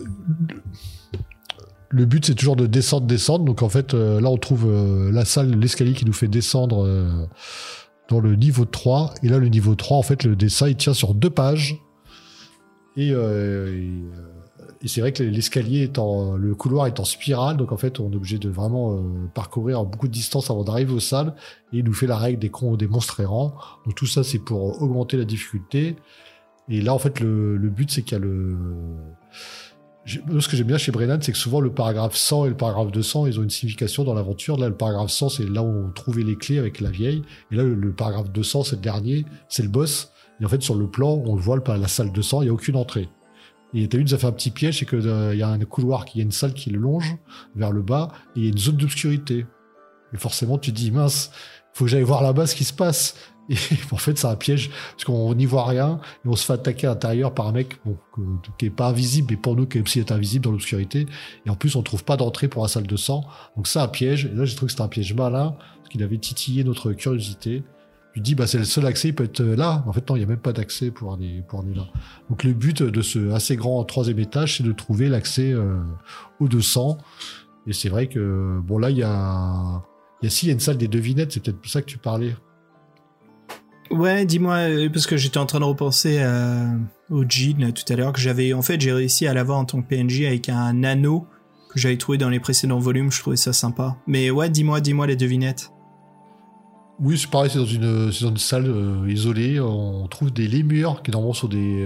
le but, c'est toujours de descendre. Donc, en fait, là, on trouve l'escalier qui nous fait descendre dans le niveau 3. Et là, le niveau 3, en fait, le dessin, il tient sur 2 pages. Et c'est vrai que l'escalier le couloir est en spirale, donc en fait on est obligé de vraiment parcourir beaucoup de distance avant d'arriver aux salles, et il nous fait la règle des monstres errants. Donc tout ça c'est pour augmenter la difficulté. Et là en fait le but c'est qu'il y a ce que j'aime bien chez Brennan, c'est que souvent le paragraphe 100 et le paragraphe 200 ils ont une signification dans l'aventure. Là le paragraphe 100 c'est là où on trouvait les clés avec la vieille, et là le paragraphe 200 c'est le dernier, c'est le boss. Et en fait sur le plan on le voit, la salle 200 il n'y a aucune entrée. Et t'as vu, ça fait un petit piège, c'est que il y a un couloir, il y a une salle qui le longe vers le bas, et il y a une zone d'obscurité. Et forcément, tu te dis, mince, faut que j'aille voir là-bas ce qui se passe. Et en fait, c'est un piège, parce qu'on n'y voit rien, et on se fait attaquer à l'intérieur par un mec qui est pas invisible, mais pour nous, qui est invisible dans l'obscurité. Et en plus, on trouve pas d'entrée pour la salle de sang. Donc c'est un piège. Et là, j'ai trouvé que c'était un piège malin, parce qu'il avait titillé notre curiosité. Tu dis, c'est le seul accès, il peut être là. En fait, non, il n'y a même pas d'accès pour aller là. Donc, le but de ce assez grand 3e étage, c'est de trouver l'accès au 200. Et c'est vrai que, bon, là, il y a une salle des devinettes, c'est peut-être pour ça que tu parlais. Ouais, dis-moi, parce que j'étais en train de repenser au Jean, là, tout à l'heure, que j'ai réussi à l'avoir en tant que PNJ avec un anneau que j'avais trouvé dans les précédents volumes, je trouvais ça sympa. Mais ouais, dis-moi les devinettes. Oui, c'est pareil, c'est dans une salle isolée. On trouve des lémures qui normalement sont des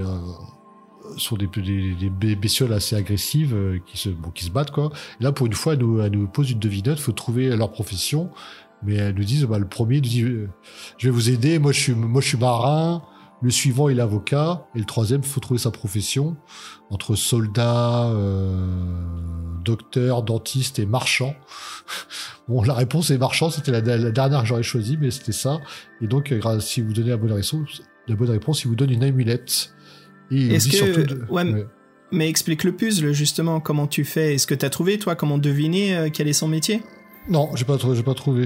bestioles assez agressives qui se battent quoi. Et là, pour une fois, elle nous pose une devinette. Faut trouver leur profession, mais elles nous disent le premier nous dit je vais vous aider. Moi, je suis marin. Le suivant est l'avocat, et le 3e, faut trouver sa profession entre soldat, docteur, dentiste et marchand. Bon, la réponse est marchand, c'était la dernière que j'aurais choisie, mais c'était ça. Et donc, si vous donnez la bonne réponse, il vous donne une amulette. Et il dit surtout mais explique le puzzle, justement, comment tu fais. Est-ce que t'as trouvé, toi, comment deviner quel est son métier? Non, j'ai pas trouvé.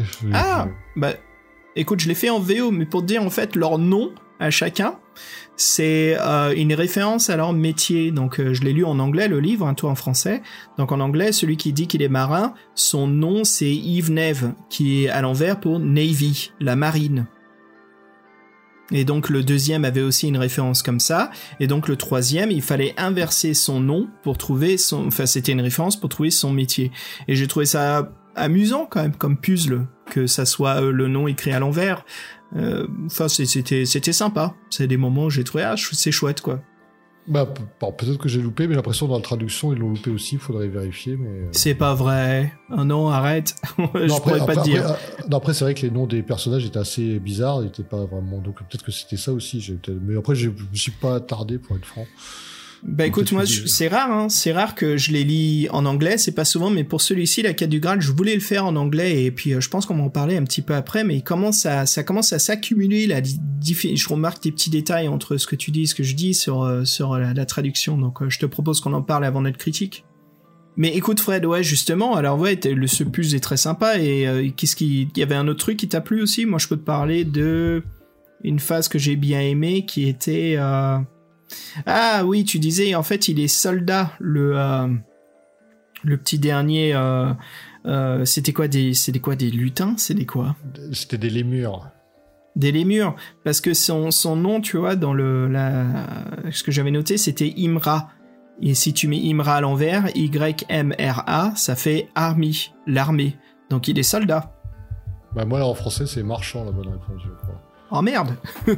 Écoute, je l'ai fait en VO, mais pour te dire, en fait, leur nom à chacun, c'est une référence à leur métier. Donc je l'ai lu en anglais, le livre, toi en français. Donc en anglais, celui qui dit qu'il est marin, son nom c'est Yves Neve, qui est à l'envers pour Navy, la marine. Et donc le 2e avait aussi une référence comme ça, et donc le 3e, il fallait inverser son nom pour trouver c'était une référence pour trouver son métier. Et j'ai trouvé ça amusant quand même comme puzzle, que ça soit le nom écrit à l'envers. C'était sympa. C'est des moments où j'ai trouvé c'est chouette quoi. Peut-être que j'ai loupé, mais j'ai l'impression dans la traduction ils l'ont loupé aussi. Il faudrait vérifier, mais c'est pas vrai. Oh non, arrête. Pourrais pas te dire. Après, c'est vrai que les noms des personnages étaient assez bizarres. Ils étaient pas vraiment. Donc peut-être que c'était ça aussi. Mais après, je me suis pas attardé pour être franc. Écoute, moi c'est rare que je les lis en anglais, c'est pas souvent, mais pour celui-ci, la quête du Graal, je voulais le faire en anglais, et puis je pense qu'on va en parler un petit peu après, mais ça commence à s'accumuler là, je remarque des petits détails entre ce que tu dis et ce que je dis sur la traduction, donc je te propose qu'on en parle avant notre critique. Mais écoute Fred, ouais justement, alors ouais, ce puzzle est très sympa, et il y avait un autre truc qui t'a plu aussi? Moi je peux te parler de une phase que j'ai bien aimée, qui était... Ah oui, tu disais en fait il est soldat, le petit dernier. C'était quoi des lutins? C'était quoi? C'était des lémures. Des lémures, parce que son nom, tu vois, dans ce que j'avais noté, c'était Imra. Et si tu mets Imra à l'envers, Y-M-R-A, ça fait Army, l'armée. Donc il est soldat. Moi là en français c'est marchand la bonne réponse, je crois. Oh merde.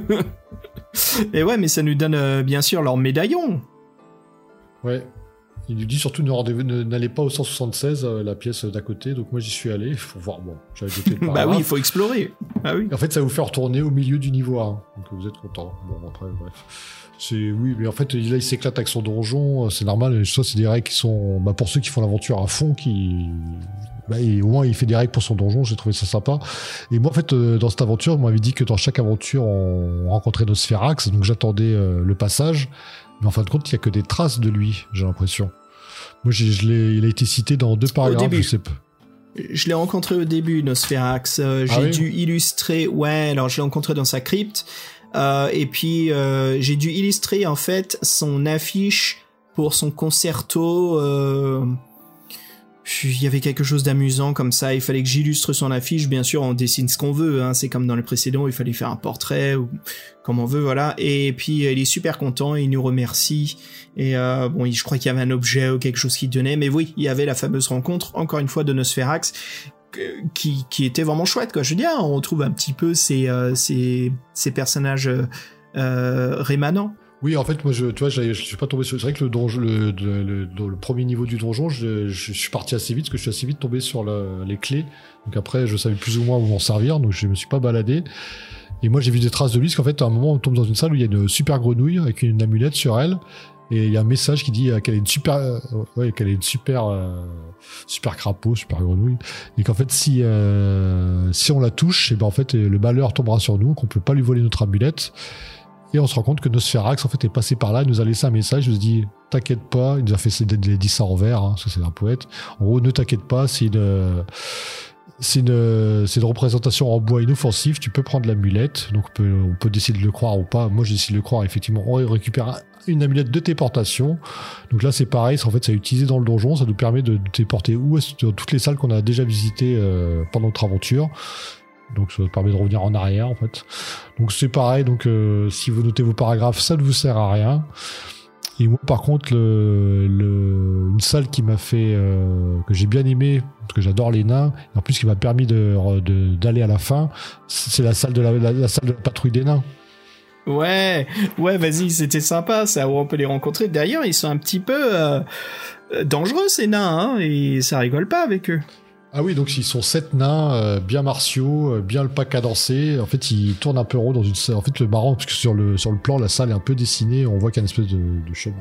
Et ouais, mais ça nous donne bien sûr leur médaillon. Ouais. Il nous dit surtout n'allez pas au 176, la pièce d'à côté. Donc moi j'y suis allé pour voir. Bon, j'avais noté le paragraphe. Oui, il faut explorer. Ah oui. En fait, ça vous fait retourner au milieu du niveau 1. Donc vous êtes content. Bon, après, bref. Oui, mais en fait, là, il s'éclate avec son donjon. C'est normal. Ça, c'est des règles qui sont, pour ceux qui font l'aventure à fond, et au moins, il fait des règles pour son donjon. J'ai trouvé ça sympa. Et moi, en fait, dans cette aventure, on m'avait dit que dans chaque aventure, on rencontrait nos Spherax. Donc j'attendais le passage. Mais en fin de compte, il n'y a que des traces de lui, j'ai l'impression. Moi, il a été cité dans 2 paragraphes. Au début. Je sais pas. Je l'ai rencontré au début, Nosferax. J'ai dû illustrer... Ouais, alors je l'ai rencontré dans sa crypte. Et puis, j'ai dû illustrer, en fait, son affiche pour son concerto... Il y avait quelque chose d'amusant comme ça, il fallait que j'illustre son affiche, bien sûr on dessine ce qu'on veut, hein. C'est comme dans les précédents, il fallait faire un portrait ou comme on veut, voilà, et puis il est super content, il nous remercie, et je crois qu'il y avait un objet ou quelque chose qui tenait, mais oui, il y avait la fameuse rencontre, encore une fois, de Nosferax, qui était vraiment chouette, quoi. Je veux dire, on retrouve un petit peu ces personnages rémanents. Oui, en fait, moi, je suis pas tombé sur. C'est vrai que le premier niveau du donjon, je suis parti assez vite parce que je suis assez vite tombé sur les clés. Donc après, je savais plus ou moins où m'en servir, donc je me suis pas baladé. Et moi, j'ai vu des traces de lui parce qu'en fait, à un moment, on tombe dans une salle où il y a une super grenouille avec une amulette sur elle, et il y a un message qui dit qu'elle est une super crapaud, super grenouille, et qu'en fait, si on la touche, et ben en fait, le malheur tombera sur nous, qu'on peut pas lui voler notre amulette. Et on se rend compte que Nosferax, en fait, est passé par là, il nous a laissé un message, il nous a dit, t'inquiète pas, il nous a fait dit ça en vers, hein, parce que c'est un poète. En gros, ne t'inquiète pas, c'est une représentation en bois inoffensif, tu peux prendre l'amulette, donc on peut décider de le croire ou pas. Moi, j'ai décidé de le croire, effectivement, on récupère une amulette de téléportation. Donc là, c'est pareil, en fait, ça est utilisé dans le donjon, ça nous permet de téléporter dans toutes les salles qu'on a déjà visitées pendant notre aventure. Donc ça permet de revenir en arrière en fait. Donc c'est pareil, donc si vous notez vos paragraphes, ça ne vous sert à rien. Et moi par contre, une salle qui m'a fait que j'ai bien aimé, parce que j'adore les nains, et en plus qui m'a permis d'aller à la fin, c'est la salle de la salle de la patrouille des nains. Ouais, vas-y, c'était sympa ça, où on peut les rencontrer. D'ailleurs, ils sont un petit peu dangereux ces nains, hein, et ça rigole pas avec eux. Ah oui, donc ils sont 7 nains bien martiaux, bien le pas cadencé. En fait, ils tournent un peu rond dans une salle. En fait, le marrant, parce que sur le plan, la salle est un peu dessinée, on voit qu'il y a une espèce de chemin.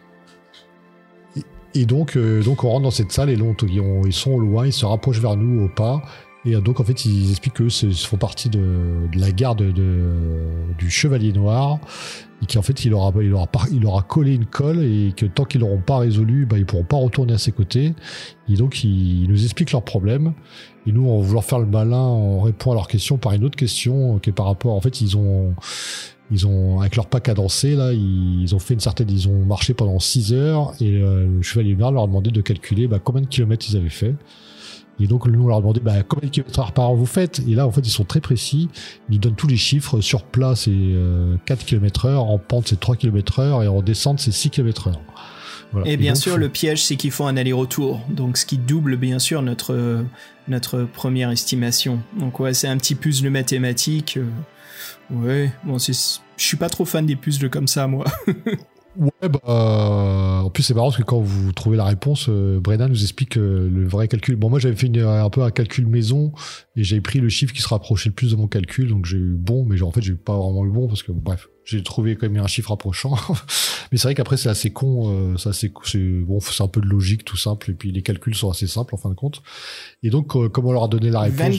Et donc on rentre dans cette salle et là, ils sont au loin, ils se rapprochent vers nous au pas. Et donc en fait, ils expliquent qu'eux font partie de la garde du Chevalier Noir. Et qu'en fait, il aura collé une colle et que tant qu'ils l'auront pas résolu, ils pourront pas retourner à ses côtés. Et donc, ils nous expliquent leurs problèmes. Et nous, on va vouloir faire le malin, on répond à leurs questions par une autre question qui est par rapport, en fait, ils ont, avec leur pas cadencé, là, ils ont marché pendant 6 heures et le Chevalier Noir leur a demandé de calculer, combien de kilomètres ils avaient fait. Et donc, nous, on leur a demandé combien de kilomètres par heure vous faites. Et là, en fait, ils sont très précis. Ils nous donnent tous les chiffres. Sur plat, c'est 4 km/h. En pente, c'est 3 km/h. Et en descente, c'est 6 km/h. Voilà. Et bien sûr, le piège, c'est qu'ils font un aller-retour. Donc, ce qui double, bien sûr, notre première estimation. Donc, ouais, c'est un petit puzzle mathématique. Ouais, bon, je suis pas trop fan des puzzles comme ça, moi. Ouais, en plus c'est marrant parce que quand vous trouvez la réponse, Brennan nous explique le vrai calcul. Bon, moi j'avais fait un peu un calcul maison et j'avais pris le chiffre qui se rapprochait le plus de mon calcul, donc j'ai eu bon, mais en fait j'ai pas vraiment eu bon parce que bref, j'ai trouvé quand même un chiffre approchant. Mais c'est vrai qu'après c'est assez con, c'est un peu de logique tout simple et puis les calculs sont assez simples en fin de compte. Et donc comme on leur a donné la réponse,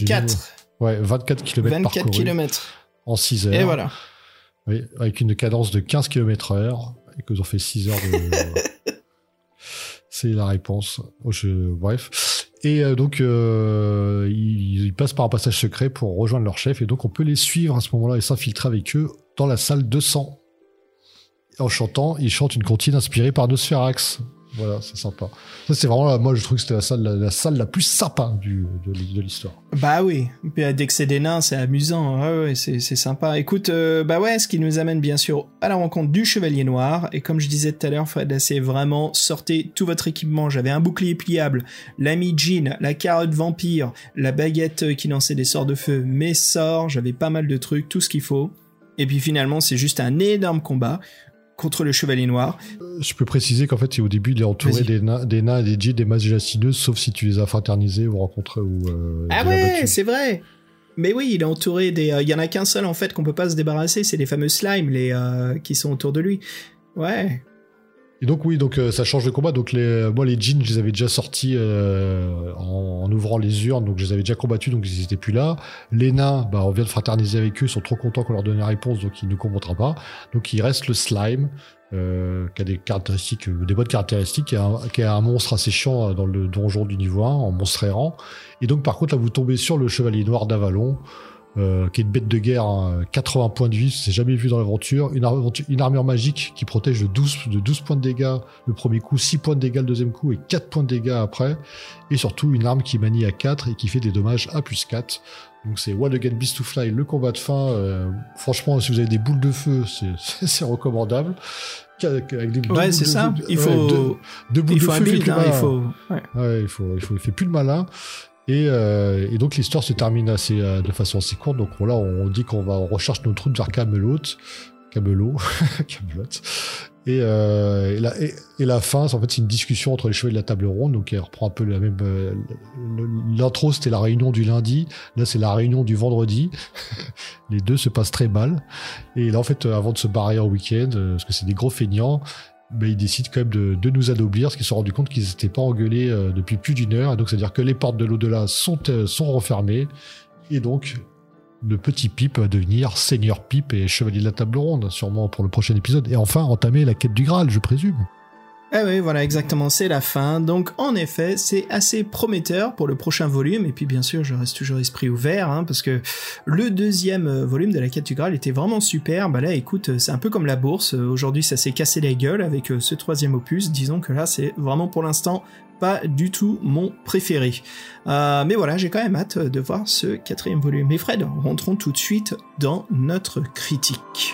24 km 24 km en 6 heures. Et voilà. Oui, avec une cadence de 15 km/h. Et qu'ils ont fait 6 heures de... C'est la réponse. Bref. Et donc, ils passent par un passage secret pour rejoindre leur chef. Et donc, on peut les suivre à ce moment-là et s'infiltrer avec eux dans la salle 200. En chantant, ils chantent une comptine inspirée par Nosferax. Voilà, c'est sympa. Ça, c'est vraiment, moi, je trouve que c'était la salle la plus sympa de l'histoire. Bah oui. Dès que c'est des nains, c'est amusant. Ouais, c'est sympa. Écoute, ce qui nous amène bien sûr à la rencontre du Chevalier Noir. Et comme je disais tout à l'heure, Fred, là, c'est vraiment, sortez tout votre équipement. J'avais un bouclier pliable, l'ami Jean, la carotte vampire, la baguette qui lançait des sorts de feu, mes sorts, j'avais pas mal de trucs, tout ce qu'il faut. Et puis finalement, c'est juste un énorme combat contre le Chevalier Noir. Je peux préciser qu'en fait, au début, il est entouré des nains et des djinns, des mages gélatineuses, sauf si tu les as fraternisés ou rencontrés ou... ah ouais, c'est vrai. Mais oui, il est entouré des... Il y en a qu'un seul, en fait, qu'on peut pas se débarrasser, c'est les fameux slimes, qui sont autour de lui. Ouais. Et donc oui, donc ça change de combat. Donc moi les djinns, je les avais déjà sortis en ouvrant les urnes, donc je les avais déjà combattus, donc ils étaient plus là. Les nains, on vient de fraterniser avec eux, ils sont trop contents qu'on leur donne la réponse, donc ils ne combattront pas. Donc il reste le slime, qui a des caractéristiques, des bonnes caractéristiques, qui est un monstre assez chiant dans le donjon du niveau 1, en monstre errant. Et donc par contre là vous tombez sur le chevalier noir d'Avalon, qui est une bête de guerre, 80 points de vie, c'est jamais vu dans l'aventure, une armure magique qui protège de 12 points de dégâts le premier coup, 6 points de dégâts le deuxième coup et 4 points de dégâts après, et surtout une arme qui manie à 4 et qui fait des dommages à plus 4. Donc c'est One Against Beast to Fly, le combat de fin. Franchement, si vous avez des boules de feu, c'est recommandable. Avec des ouais, c'est ça. Il faut deux boules de feu, un build, il fait plus le malin. Et donc l'histoire se termine de façon assez courte. Donc là, on dit on recherche notre route vers Camelot. Et la fin, en fait, c'est une discussion entre les chevaliers de la table ronde. Donc elle reprend un peu la même. L'intro, c'était la réunion du lundi. Là, c'est la réunion du vendredi. Les deux se passent très mal. Et là, en fait, avant de se barrer en week-end, parce que c'est des gros feignants, ils décident quand même de nous anoblir, parce qu'ils se sont rendus compte qu'ils n'étaient pas engueulés depuis plus d'une heure. Et donc, c'est-à-dire que les portes de l'au-delà sont refermées. Et donc, le petit Pip va devenir Seigneur Pip et Chevalier de la Table Ronde, sûrement pour le prochain épisode. Et enfin, entamer la quête du Graal, je présume. Ah oui, voilà, exactement, c'est la fin. Donc, en effet, c'est assez prometteur pour le prochain volume. Et puis, bien sûr, je reste toujours esprit ouvert, parce que le deuxième volume de la quête du Graal était vraiment super. Là, écoute, c'est un peu comme la bourse. Aujourd'hui, ça s'est cassé la gueule avec ce troisième opus. Disons que là, c'est vraiment pour l'instant pas du tout mon préféré. Mais voilà, j'ai quand même hâte de voir ce quatrième volume. Et Fred, rentrons tout de suite dans notre critique.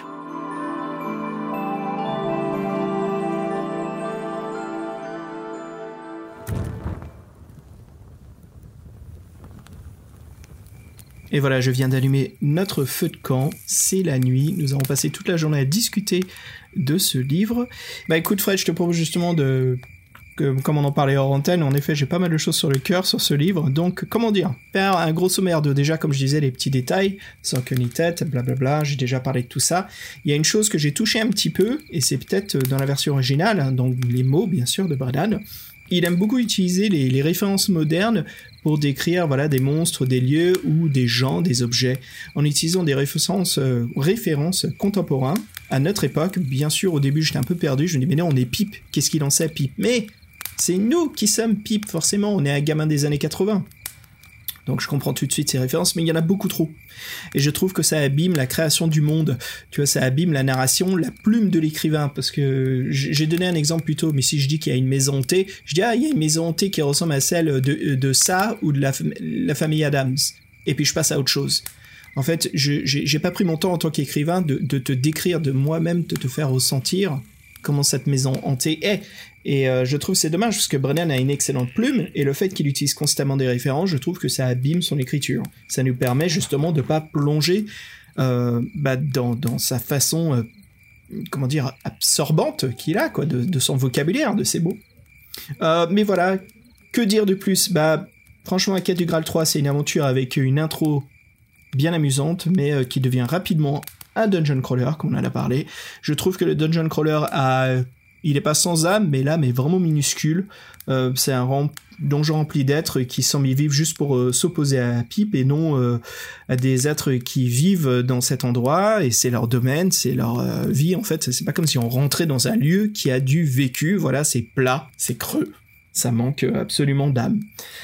Et voilà, je viens d'allumer notre feu de camp, c'est la nuit, nous avons passé toute la journée à discuter de ce livre. Écoute Fred, je te propose justement comme on en parlait hors antenne, en effet j'ai pas mal de choses sur le cœur sur ce livre, donc comment dire, faire un gros sommaire de déjà, comme je disais, les petits détails, sans queue ni tête, blablabla, j'ai déjà parlé de tout ça. Il y a une chose que j'ai touché un petit peu, et c'est peut-être dans la version originale, donc les mots bien sûr de Brennan. Il aime beaucoup utiliser les références modernes pour décrire des monstres, des lieux ou des gens, des objets, en utilisant des références contemporains à notre époque. Bien sûr, au début, j'étais un peu perdu. Je me dis, mais non, on est Pip. Qu'est-ce qu'il en sait, Pip ? Mais c'est nous qui sommes Pip, forcément. On est un gamin des années 80. Donc je comprends tout de suite ces références, mais il y en a beaucoup trop. Et je trouve que ça abîme la création du monde. Tu vois, ça abîme la narration, la plume de l'écrivain. Parce que j'ai donné un exemple plus tôt, mais si je dis qu'il y a une maison hantée, je dis, il y a une maison hantée qui ressemble à celle de ça ou de la famille Adams. Et puis je passe à autre chose. En fait, j'ai pas pris mon temps en tant qu'écrivain de te décrire, de moi-même de te faire ressentir comment cette maison hantée est. Et je trouve que c'est dommage parce que Brennan a une excellente plume et le fait qu'il utilise constamment des références, je trouve que ça abîme son écriture. Ça nous permet justement de pas plonger dans sa façon, absorbante qu'il a, de son vocabulaire, de ses mots. Mais voilà, que dire de plus ? Franchement, la quête du Graal 3, c'est une aventure avec une intro bien amusante, mais qui devient rapidement un dungeon crawler, comme on en a parlé. Je trouve que le dungeon crawler il est pas sans âme, mais l'âme est vraiment minuscule. C'est un donjon rempli d'êtres qui semblent y vivre juste pour s'opposer à Pip et non à des êtres qui vivent dans cet endroit, et c'est leur domaine, c'est leur vie, en fait. C'est pas comme si on rentrait dans un lieu qui a du vécu. Voilà, c'est plat, c'est creux. Ça manque absolument d'âme.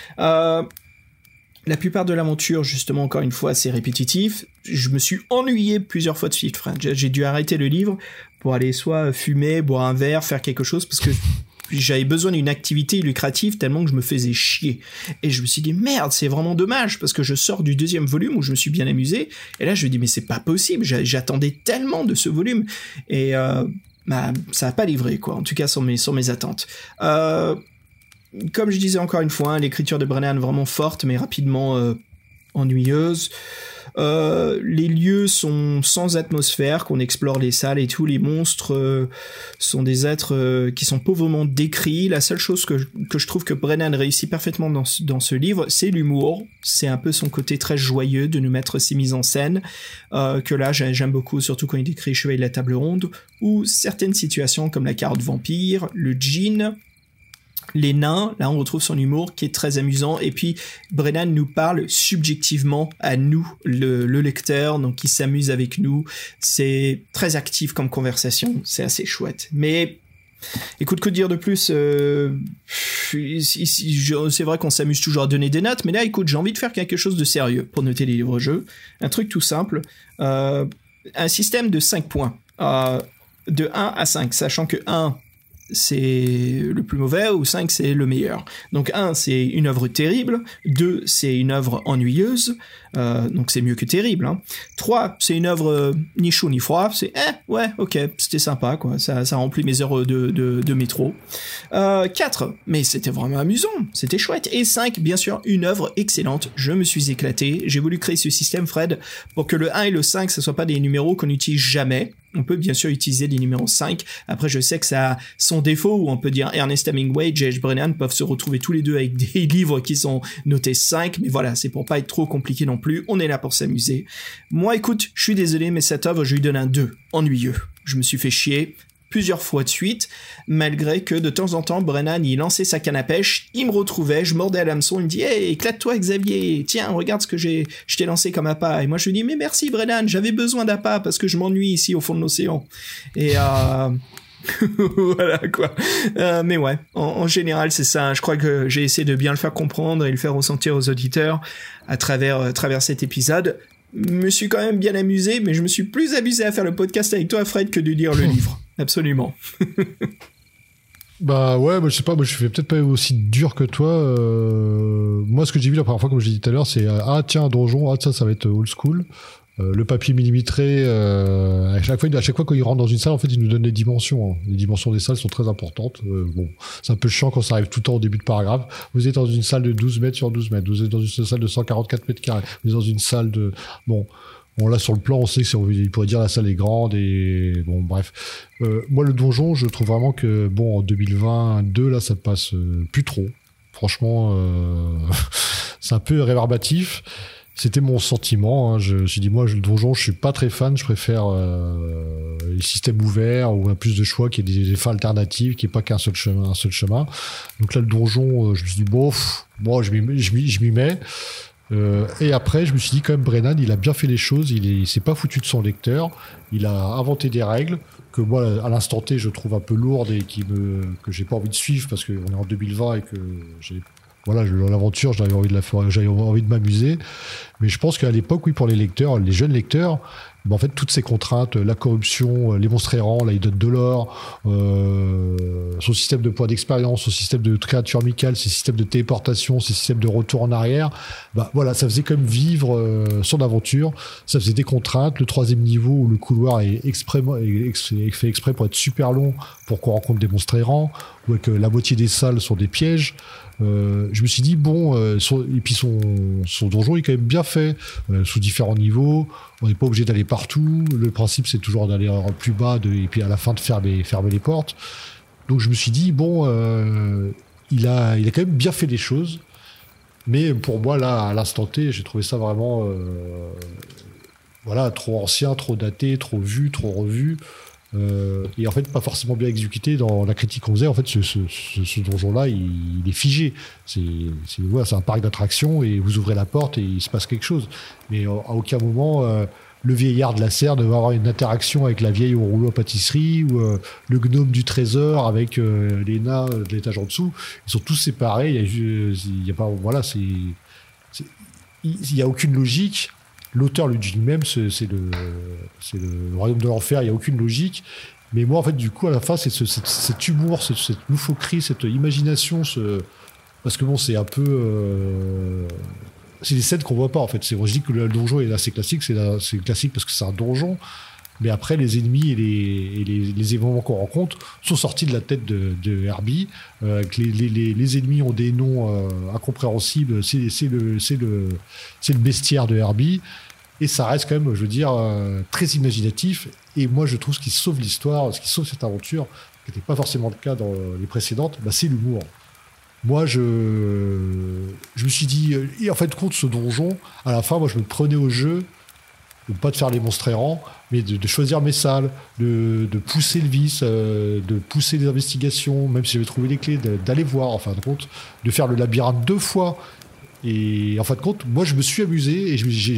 La plupart de l'aventure, justement, encore une fois, c'est répétitif. Je me suis ennuyé plusieurs fois de suite, frère. J'ai dû arrêter le livre pour aller soit fumer, boire un verre, faire quelque chose, parce que j'avais besoin d'une activité lucrative tellement que je me faisais chier. Et je me suis dit, merde, c'est vraiment dommage, parce que je sors du deuxième volume où je me suis bien amusé, et là je me dis, mais c'est pas possible, j'attendais tellement de ce volume, et ça a pas livré, quoi, en tout cas sur mes attentes. Comme je disais encore une fois, l'écriture de Brennan vraiment forte, mais rapidement ennuyeuse. Les lieux sont sans atmosphère, qu'on explore les salles et tout. Les monstres sont des êtres qui sont pauvrement décrits. La seule chose que je trouve que Brennan réussit parfaitement dans ce livre, c'est l'humour. C'est un peu son côté très joyeux de nous mettre ces mises en scène que là j'aime beaucoup, surtout quand il décrit Chevalier de la Table Ronde ou certaines situations comme la carotte vampire, le djinn, les nains. Là on retrouve son humour qui est très amusant, et puis Brennan nous parle subjectivement à nous, le lecteur, donc il s'amuse avec nous. C'est très actif comme conversation, c'est assez chouette. Mais écoute, que dire de plus, c'est vrai qu'on s'amuse toujours à donner des notes, mais là écoute, j'ai envie de faire quelque chose de sérieux pour noter les livres-jeux. Un truc tout simple, un système de 5 points, de 1 à 5, sachant que 1 c'est le plus mauvais ou 5 c'est le meilleur. Donc 1 c'est une œuvre terrible, 2 c'est une œuvre ennuyeuse, donc c'est mieux que terrible, hein. 3 c'est une œuvre ni chaud ni froid, c'est ouais ok, c'était sympa quoi, ça remplit mes heures de métro. 4 mais c'était vraiment amusant, c'était chouette. Et 5 bien sûr une œuvre excellente, je me suis éclaté. J'ai voulu créer ce système, Fred, pour que le 1 et le 5 ce soit pas des numéros qu'on n'utilise jamais. On peut bien sûr utiliser les numéros 5. Après, je sais que ça a son défaut, où on peut dire Ernest Hemingway, J.H. Brennan peuvent se retrouver tous les deux avec des livres qui sont notés 5, mais voilà, c'est pour pas être trop compliqué non plus. On est là pour s'amuser. Moi, écoute, je suis désolé, mais cette œuvre, je lui donne un 2. Ennuyeux. Je me suis fait chier plusieurs fois de suite, malgré que de temps en temps, Brennan, il lançait sa canne à pêche, il me retrouvait, je mordais à l'hameçon, il me dit « Hey, éclate-toi Xavier, tiens, regarde ce que je t'ai lancé comme appât. » Et moi je lui dis « Mais merci Brennan, j'avais besoin d'appât parce que je m'ennuie ici au fond de l'océan. » Et voilà quoi. Mais ouais, en général c'est ça. Je crois que j'ai essayé de bien le faire comprendre et le faire ressentir aux auditeurs à travers cet épisode. Me suis quand même bien amusé, mais je me suis plus amusé à faire le podcast avec toi, Fred, que de lire le livre. Absolument. Bah ouais, moi je sais pas, moi je fais peut-être pas aussi dur que toi. Moi ce que j'ai vu la première fois, comme je l'ai dit tout à l'heure, c'est tiens un donjon, ça va être old school. Le papier millimétré, à chaque fois quand il rentre dans une salle, en fait, il nous donne les dimensions. Hein. Les dimensions des salles sont très importantes. Bon, c'est un peu chiant quand ça arrive tout le temps au début de paragraphe. Vous êtes dans une salle de 12 mètres sur 12 mètres. Vous êtes dans une salle de 144 mètres carrés. Vous êtes dans une salle de... Bon, là, sur le plan, on sait que il pourrait dire la salle est grande et... Bon, bref. Moi, le donjon, je trouve vraiment que, en 2022, là, ça passe plus trop. Franchement, c'est un peu rébarbatif. C'était mon sentiment, hein. Je me suis dit, moi, le donjon, je suis pas très fan. Je préfère les systèmes ouverts ou un plus de choix, qu'il y ait des fins alternatives, qu'il n'y ait pas qu'un seul chemin. Donc là, le donjon, je me suis dit, moi, je m'y mets. Et après, je me suis dit, quand même, Brennan, il a bien fait les choses. Il s'est pas foutu de son lecteur. Il a inventé des règles que moi, à l'instant T, je trouve un peu lourdes et que j'ai pas envie de suivre parce qu'on est en 2020 et que l'aventure, j'avais envie de m'amuser. Mais je pense qu'à l'époque, oui, pour les lecteurs, les jeunes lecteurs, en fait, toutes ces contraintes, la corruption, les monstres errants, là, il donne de l'or, son système de points d'expérience, son système de créatures amicales, ses systèmes de téléportation, ses systèmes de retour en arrière, ça faisait quand même vivre son aventure. Ça faisait des contraintes. Le 3e niveau où le couloir est fait exprès pour être super long, pour qu'on rencontre des monstres errants, ou que la moitié des salles sont des pièges. Je me suis dit et puis son donjon est quand même bien fait sous différents niveaux. On n'est pas obligé d'aller partout. Le principe c'est toujours d'aller plus bas et puis à la fin de fermer les portes. Donc je me suis dit il a quand même bien fait les choses. Mais pour moi là à l'instant T, j'ai trouvé ça vraiment trop ancien, trop daté, trop vu, trop revu. Et en fait pas forcément bien exécuté dans la critique qu'on faisait. En fait ce donjon-là il est figé, c'est un parc d'attractions et vous ouvrez la porte et il se passe quelque chose, mais à aucun moment le vieillard de la serre ne va avoir une interaction avec la vieille au rouleau à pâtisserie ou le gnome du trésor avec les nains de l'étage en dessous. Ils sont tous séparés, il y a pas, il y a aucune logique. L'auteur lui dit lui-même, c'est le royaume de l'enfer, il n'y a aucune logique. Mais moi, en fait, du coup, à la fin, c'est cet humour, cette loufoquerie, cette imagination, parce que c'est un peu... c'est des scènes qu'on voit pas, en fait. Je dis que le donjon est assez classique, c'est classique parce que c'est un donjon. Mais après, les ennemis et les événements qu'on rencontre sont sortis de la tête de Herbie. Que les ennemis ont des noms incompréhensibles. C'est le bestiaire de Herbie. Et ça reste quand même, je veux dire, très imaginatif. Et moi, je trouve ce qui sauve l'histoire, ce qui sauve cette aventure, qui n'était pas forcément le cas dans les précédentes, c'est l'humour. Moi, je me suis dit... Et en fait, compte ce donjon, à la fin, moi, je me prenais au jeu de pas de faire les monstres errants, mais de choisir mes salles, de pousser le vice, de pousser les investigations, même si j'avais trouvé les clés, d'aller voir, en fin de compte, de faire le labyrinthe 2 fois. Et en fin de compte, moi, je me suis amusé et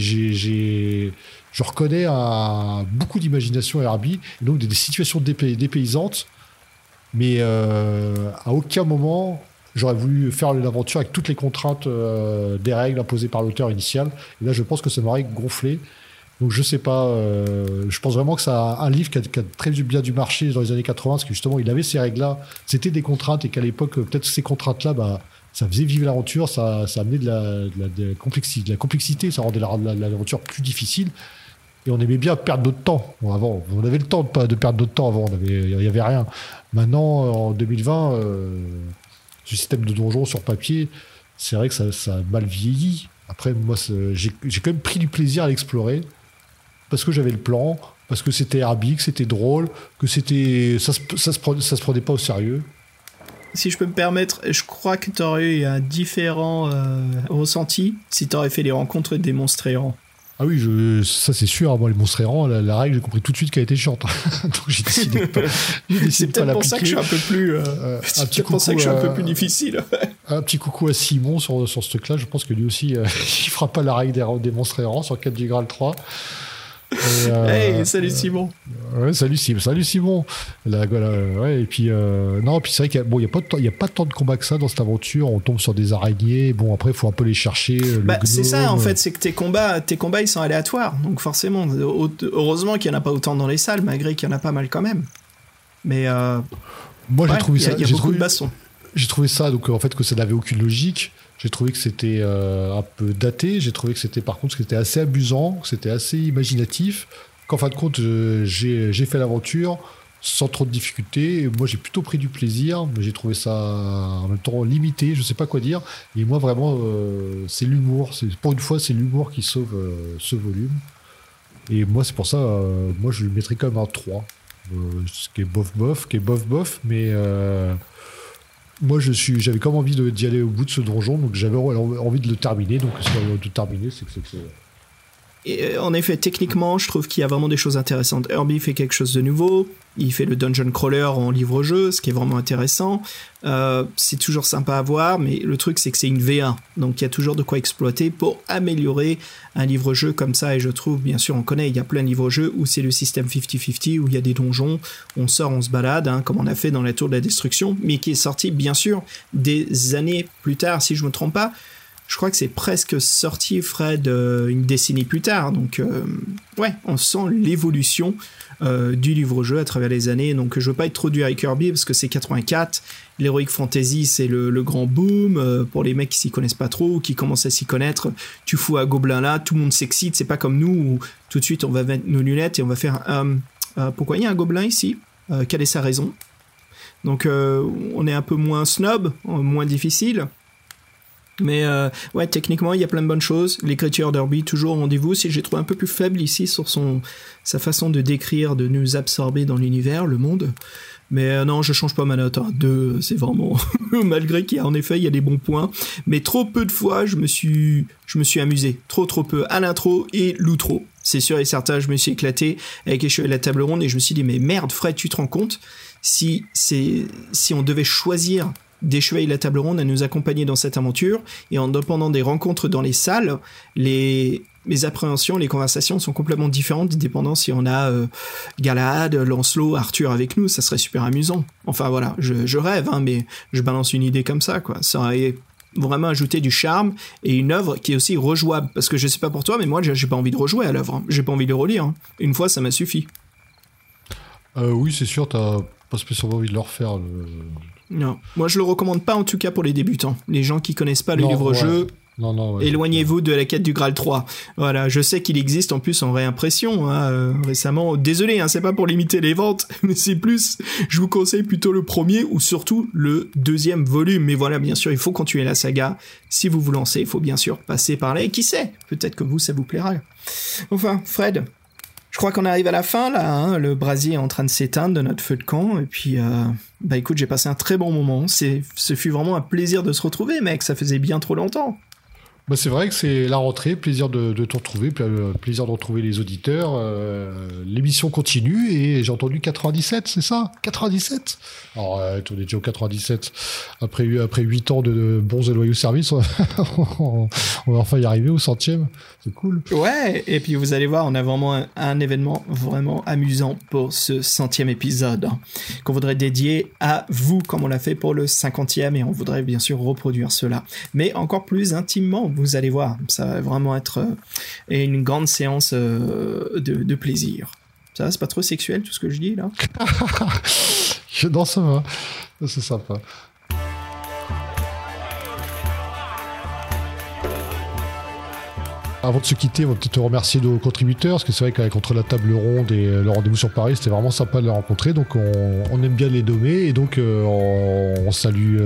je reconnais beaucoup d'imagination à Herbie, et donc des situations dépaysantes, mais à aucun moment j'aurais voulu faire l'aventure avec toutes les contraintes des règles imposées par l'auteur initial. Et là, je pense que ça m'aurait gonflé. Donc je sais pas, je pense vraiment que c'est un livre qui a très bien dû marcher dans les années 80, parce que justement, il avait ces règles-là, c'était des contraintes, et qu'à l'époque, peut-être ces contraintes-là, ça faisait vivre l'aventure, ça amenait de la complexité, ça rendait l'aventure plus difficile. Et on aimait bien perdre notre temps. Bon, avant, on avait le temps de perdre notre temps avant, il n'y avait rien. Maintenant, en 2020, ce système de donjon sur papier, c'est vrai que ça a mal vieilli. Après, moi, j'ai quand même pris du plaisir à l'explorer, parce que j'avais le plan, parce que c'était Herbie, que c'était drôle, que ça se prenait pas au sérieux. Si je peux me permettre, je crois que tu aurais eu un différent ressenti si tu aurais fait les rencontres des monstres errants. Ah oui, ça c'est sûr. Moi, les monstres errants, la règle, j'ai compris tout de suite qu'elle était chiante. Donc j'ai décidé de pas. C'est peut-être pour ça que je suis un peu plus. C'est peut-être pour ça que je suis un peu plus difficile. Un petit coucou à Simon sur ce truc-là. Je pense que lui aussi, il fera pas la règle des monstres errants sur 4 du Graal 3. Hey, salut Simon. Ouais, salut Simon. Ouais, et puis non, puis c'est vrai qu'il y a pas tant de combats que ça dans cette aventure. On tombe sur des araignées. Bon, après, il faut un peu les chercher. C'est ça en fait, c'est que tes combats ils sont aléatoires. Donc forcément, heureusement qu'il y en a pas autant dans les salles, malgré qu'il y en a pas mal quand même. Mais moi, j'ai trouvé ça. Il y a beaucoup de bastons. J'ai trouvé ça, donc en fait, que ça n'avait aucune logique. J'ai trouvé que c'était un peu daté. J'ai trouvé que c'était, par contre, que c'était assez amusant, que c'était assez imaginatif. Qu'en fin de compte, j'ai fait l'aventure sans trop de difficultés. Et moi, j'ai plutôt pris du plaisir, mais j'ai trouvé ça en même temps limité. Je sais pas quoi dire. Et moi, vraiment, c'est l'humour. Pour une fois, c'est l'humour qui sauve ce volume. Et moi, c'est pour ça, moi, je lui mettrais quand même un 3. Ce qui est bof, mais... moi, j'avais quand même envie d'y aller au bout de ce donjon, donc j'avais envie de le terminer. Donc, si on de terminer, c'est que c'est... Et en effet, techniquement, je trouve qu'il y a vraiment des choses intéressantes. Herbie fait quelque chose de nouveau. Il fait le dungeon crawler en livre-jeu, ce qui est vraiment intéressant. C'est toujours sympa à voir, mais le truc, c'est que c'est une V1. Donc, il y a toujours de quoi exploiter pour améliorer un livre-jeu comme ça. Et je trouve, bien sûr, on connaît, il y a plein de livres-jeux où c'est le système 50-50, où il y a des donjons, on sort, on se balade, comme on a fait dans la Tour de la Destruction, mais qui est sorti, bien sûr, des années plus tard, si je me trompe pas. Je crois que c'est presque sorti, Fred, une décennie plus tard. Donc, ouais, on sent l'évolution du livre-jeu à travers les années. Donc, je veux pas être trop dur avec Kirby parce que c'est 84. L'Heroic Fantasy, c'est le grand boom. Pour les mecs qui s'y connaissent pas trop ou qui commencent à s'y connaître, tu fous un gobelin là, tout le monde s'excite. C'est pas comme nous où tout de suite on va mettre nos lunettes et on va faire pourquoi il y a un gobelin ici quelle est sa raison? Donc, on est un peu moins snob, moins difficile. Mais ouais, techniquement, il y a plein de bonnes choses. L'écriture d'Herbie, toujours au rendez-vous. Si j'ai trouvé un peu plus faible ici sur sa façon de décrire, de nous absorber dans l'univers, le monde. Mais non, je change pas ma note. 2, c'est vraiment... Malgré qu'il y a, en effet, il y a des bons points. Mais trop peu de fois, je me suis amusé. Trop peu. À l'intro et l'outro. C'est sûr et certain, je me suis éclaté avec les cheveux et la table ronde et je me suis dit, mais merde, Fred, tu te rends compte si on devait choisir des chevaliers et la table ronde à nous accompagner dans cette aventure, et en dépendant des rencontres dans les salles, les appréhensions, les conversations sont complètement différentes, dépendant si on a Galahad, Lancelot, Arthur avec nous, ça serait super amusant. Enfin voilà, je rêve, mais je balance une idée comme ça, quoi. Ça aurait vraiment ajouté du charme et une œuvre qui est aussi rejouable, parce que je sais pas pour toi, mais moi j'ai pas envie de rejouer à l'œuvre, j'ai pas envie de le relire. Une fois, ça m'a suffi. Oui, c'est sûr, t'as pas spécialement envie de le refaire. Non, moi je le recommande pas en tout cas pour les débutants. Les gens qui connaissent pas le livre-jeu, Non, ouais, éloignez-vous de la quête du Graal 3. Voilà, je sais qu'il existe en plus en réimpression récemment. Désolé, c'est pas pour limiter les ventes, mais c'est plus, je vous conseille plutôt le premier ou surtout le deuxième volume. Mais voilà, bien sûr, il faut continuer la saga. Si vous vous lancez, il faut bien sûr passer par là. Et qui sait, peut-être que vous, ça vous plaira. Enfin, Fred, je crois qu'on arrive à la fin, là. Le brasier est en train de s'éteindre de notre feu de camp. Et puis, écoute, j'ai passé un très bon moment. Ce fut vraiment un plaisir de se retrouver, mec. Ça faisait bien trop longtemps. Bah, c'est vrai que c'est la rentrée, plaisir de te retrouver, plaisir de retrouver les auditeurs. L'émission continue et j'ai entendu 97, c'est ça 97 ? Alors, on est déjà au 97. Après 8 ans de bons et loyaux services, on va enfin y arriver au 100e. C'est cool. Ouais, et puis vous allez voir, on a vraiment un événement vraiment amusant pour ce 100e épisode qu'on voudrait dédier à vous, comme on l'a fait pour le 50e, et on voudrait bien sûr reproduire cela. Mais encore plus intimement, vous allez voir, ça va vraiment être une grande séance de plaisir. Ça, c'est pas trop sexuel tout ce que je dis là ? Non, ça va. C'est sympa. Avant de se quitter, on va peut-être te remercier nos contributeurs, parce que c'est vrai qu'entre la table ronde et le rendez-vous sur Paris, c'était vraiment sympa de les rencontrer, donc on aime bien les nommer, et donc on salue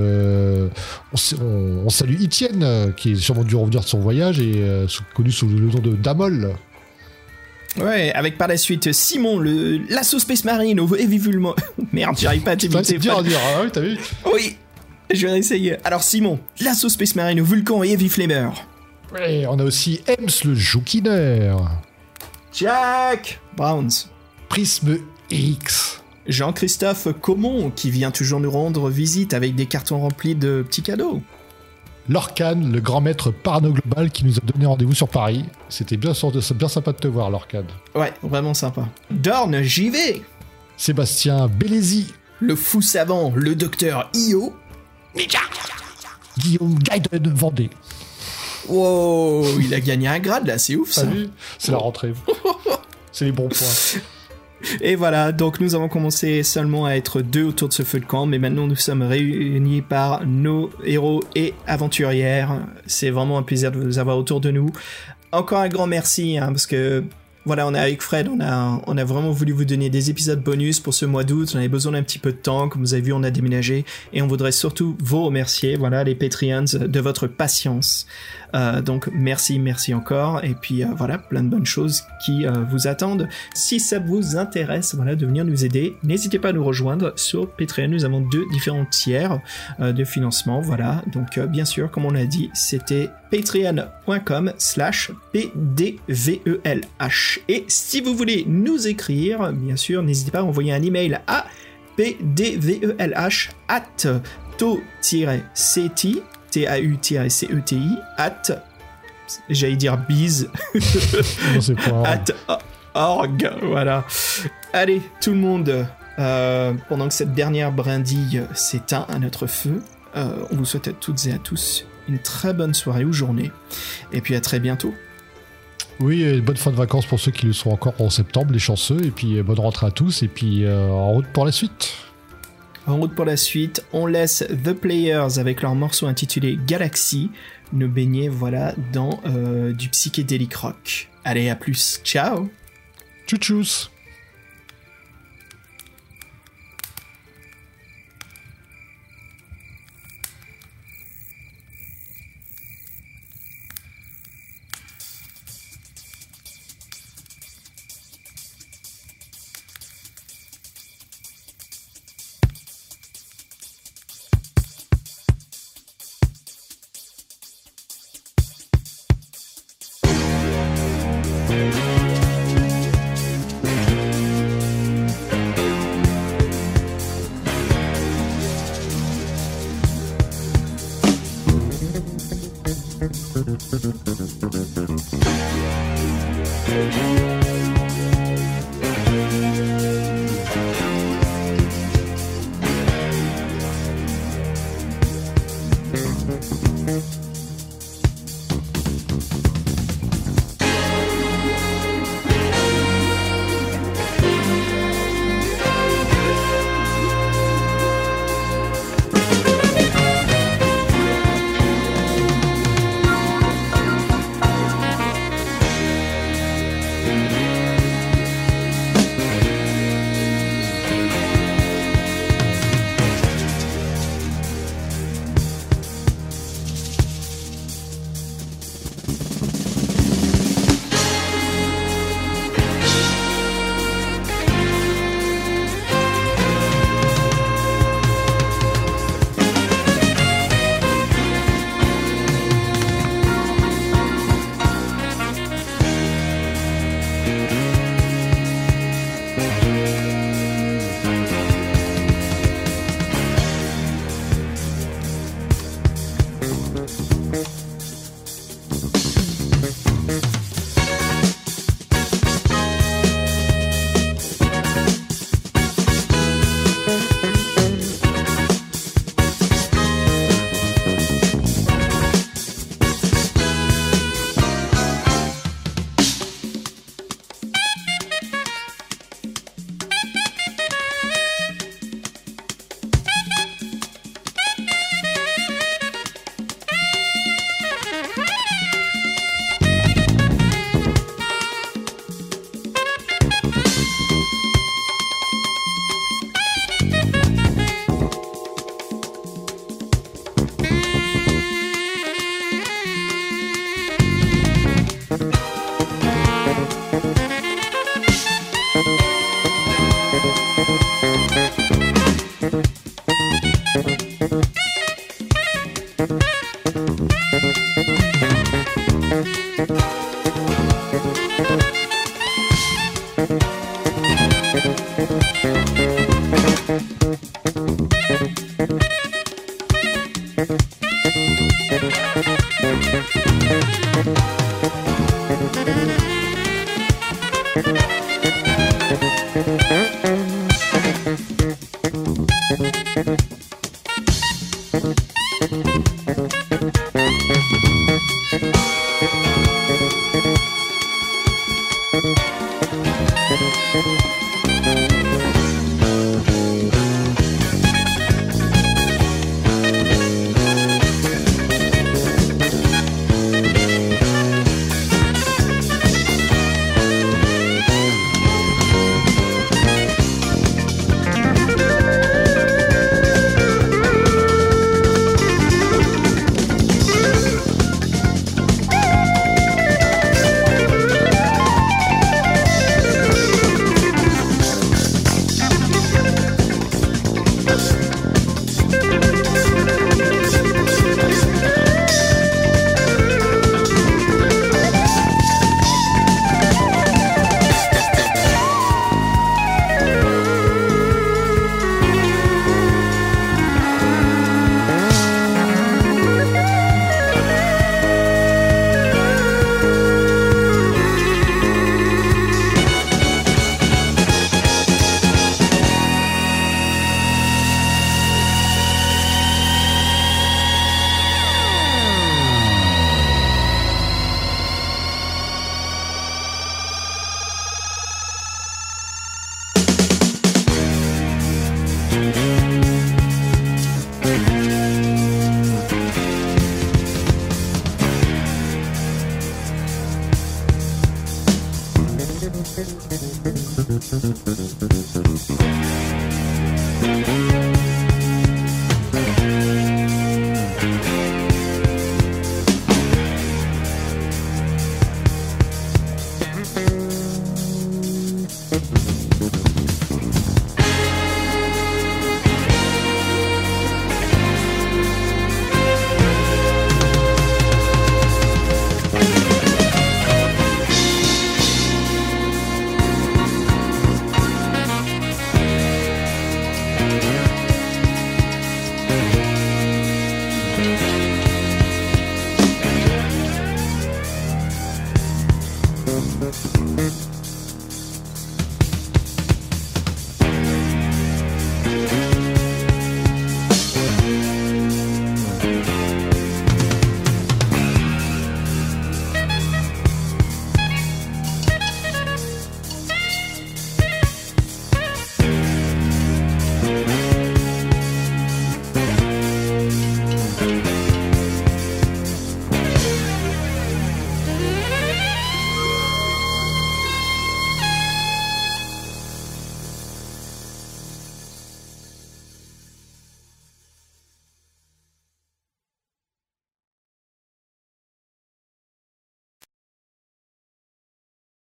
Etienne, qui est sûrement dû revenir de son voyage, et connu sous le nom de Damol. Ouais, avec par la suite Simon, l'assaut Space Marine au Evivulment. Merde, j'arrive pas à t'imiter. C'est dur à dire, ah oui, t'as vu ? Oui, je vais essayer. Alors Simon, l'assaut Space Marine au Vulcan et Heavy Flamer. Ouais, on a aussi Ems le Joukiner. Jack Browns. Prisme X. Jean-Christophe Comon, qui vient toujours nous rendre visite avec des cartons remplis de petits cadeaux. Lorcan, le grand maître parano global qui nous a donné rendez-vous sur Paris. C'était bien sympa de te voir, Lorcan. Ouais, vraiment sympa. Dorn JV. Sébastien Bélézy. Le fou savant, le docteur Io. Guillaume Gaiden Vendée. Wow, il a gagné un grade là, c'est ouf ça. Salut, c'est la rentrée. C'est les bons points. Et voilà, donc nous avons commencé seulement à être 2 autour de ce feu de camp, mais maintenant nous sommes réunis par nos héros et aventurières. C'est vraiment un plaisir de vous avoir autour de nous. Encore un grand merci, parce que voilà, on est avec Fred, on a vraiment voulu vous donner des épisodes bonus pour ce mois d'août. On avait besoin d'un petit peu de temps, comme vous avez vu, on a déménagé, et on voudrait surtout vous remercier, voilà, les Patreons, de votre patience. Donc merci encore, et puis voilà, plein de bonnes choses qui vous attendent. Si ça vous intéresse, voilà, de venir nous aider, n'hésitez pas à nous rejoindre sur Patreon. Nous avons 2 différents tiers de financement, voilà. Donc bien sûr, comme on l'a dit, c'était patreon.com/pdvelh. Et si vous voulez nous écrire, bien sûr, n'hésitez pas à envoyer un email à pdvelh@to-ceti TAU-CETI j'allais dire bise @org, voilà. Allez, tout le monde, pendant que cette dernière brindille s'éteint à notre feu, on vous souhaite à toutes et à tous une très bonne soirée ou journée, et puis à très bientôt. Oui, et bonne fin de vacances pour ceux qui le sont encore en septembre, les chanceux, et puis bonne rentrée à tous, et puis en route pour la suite. En route pour la suite, on laisse The Players avec leur morceau intitulé Galaxy nous baigner, voilà, dans du psychédélique rock. Allez, à plus, ciao. Tchou-tchous.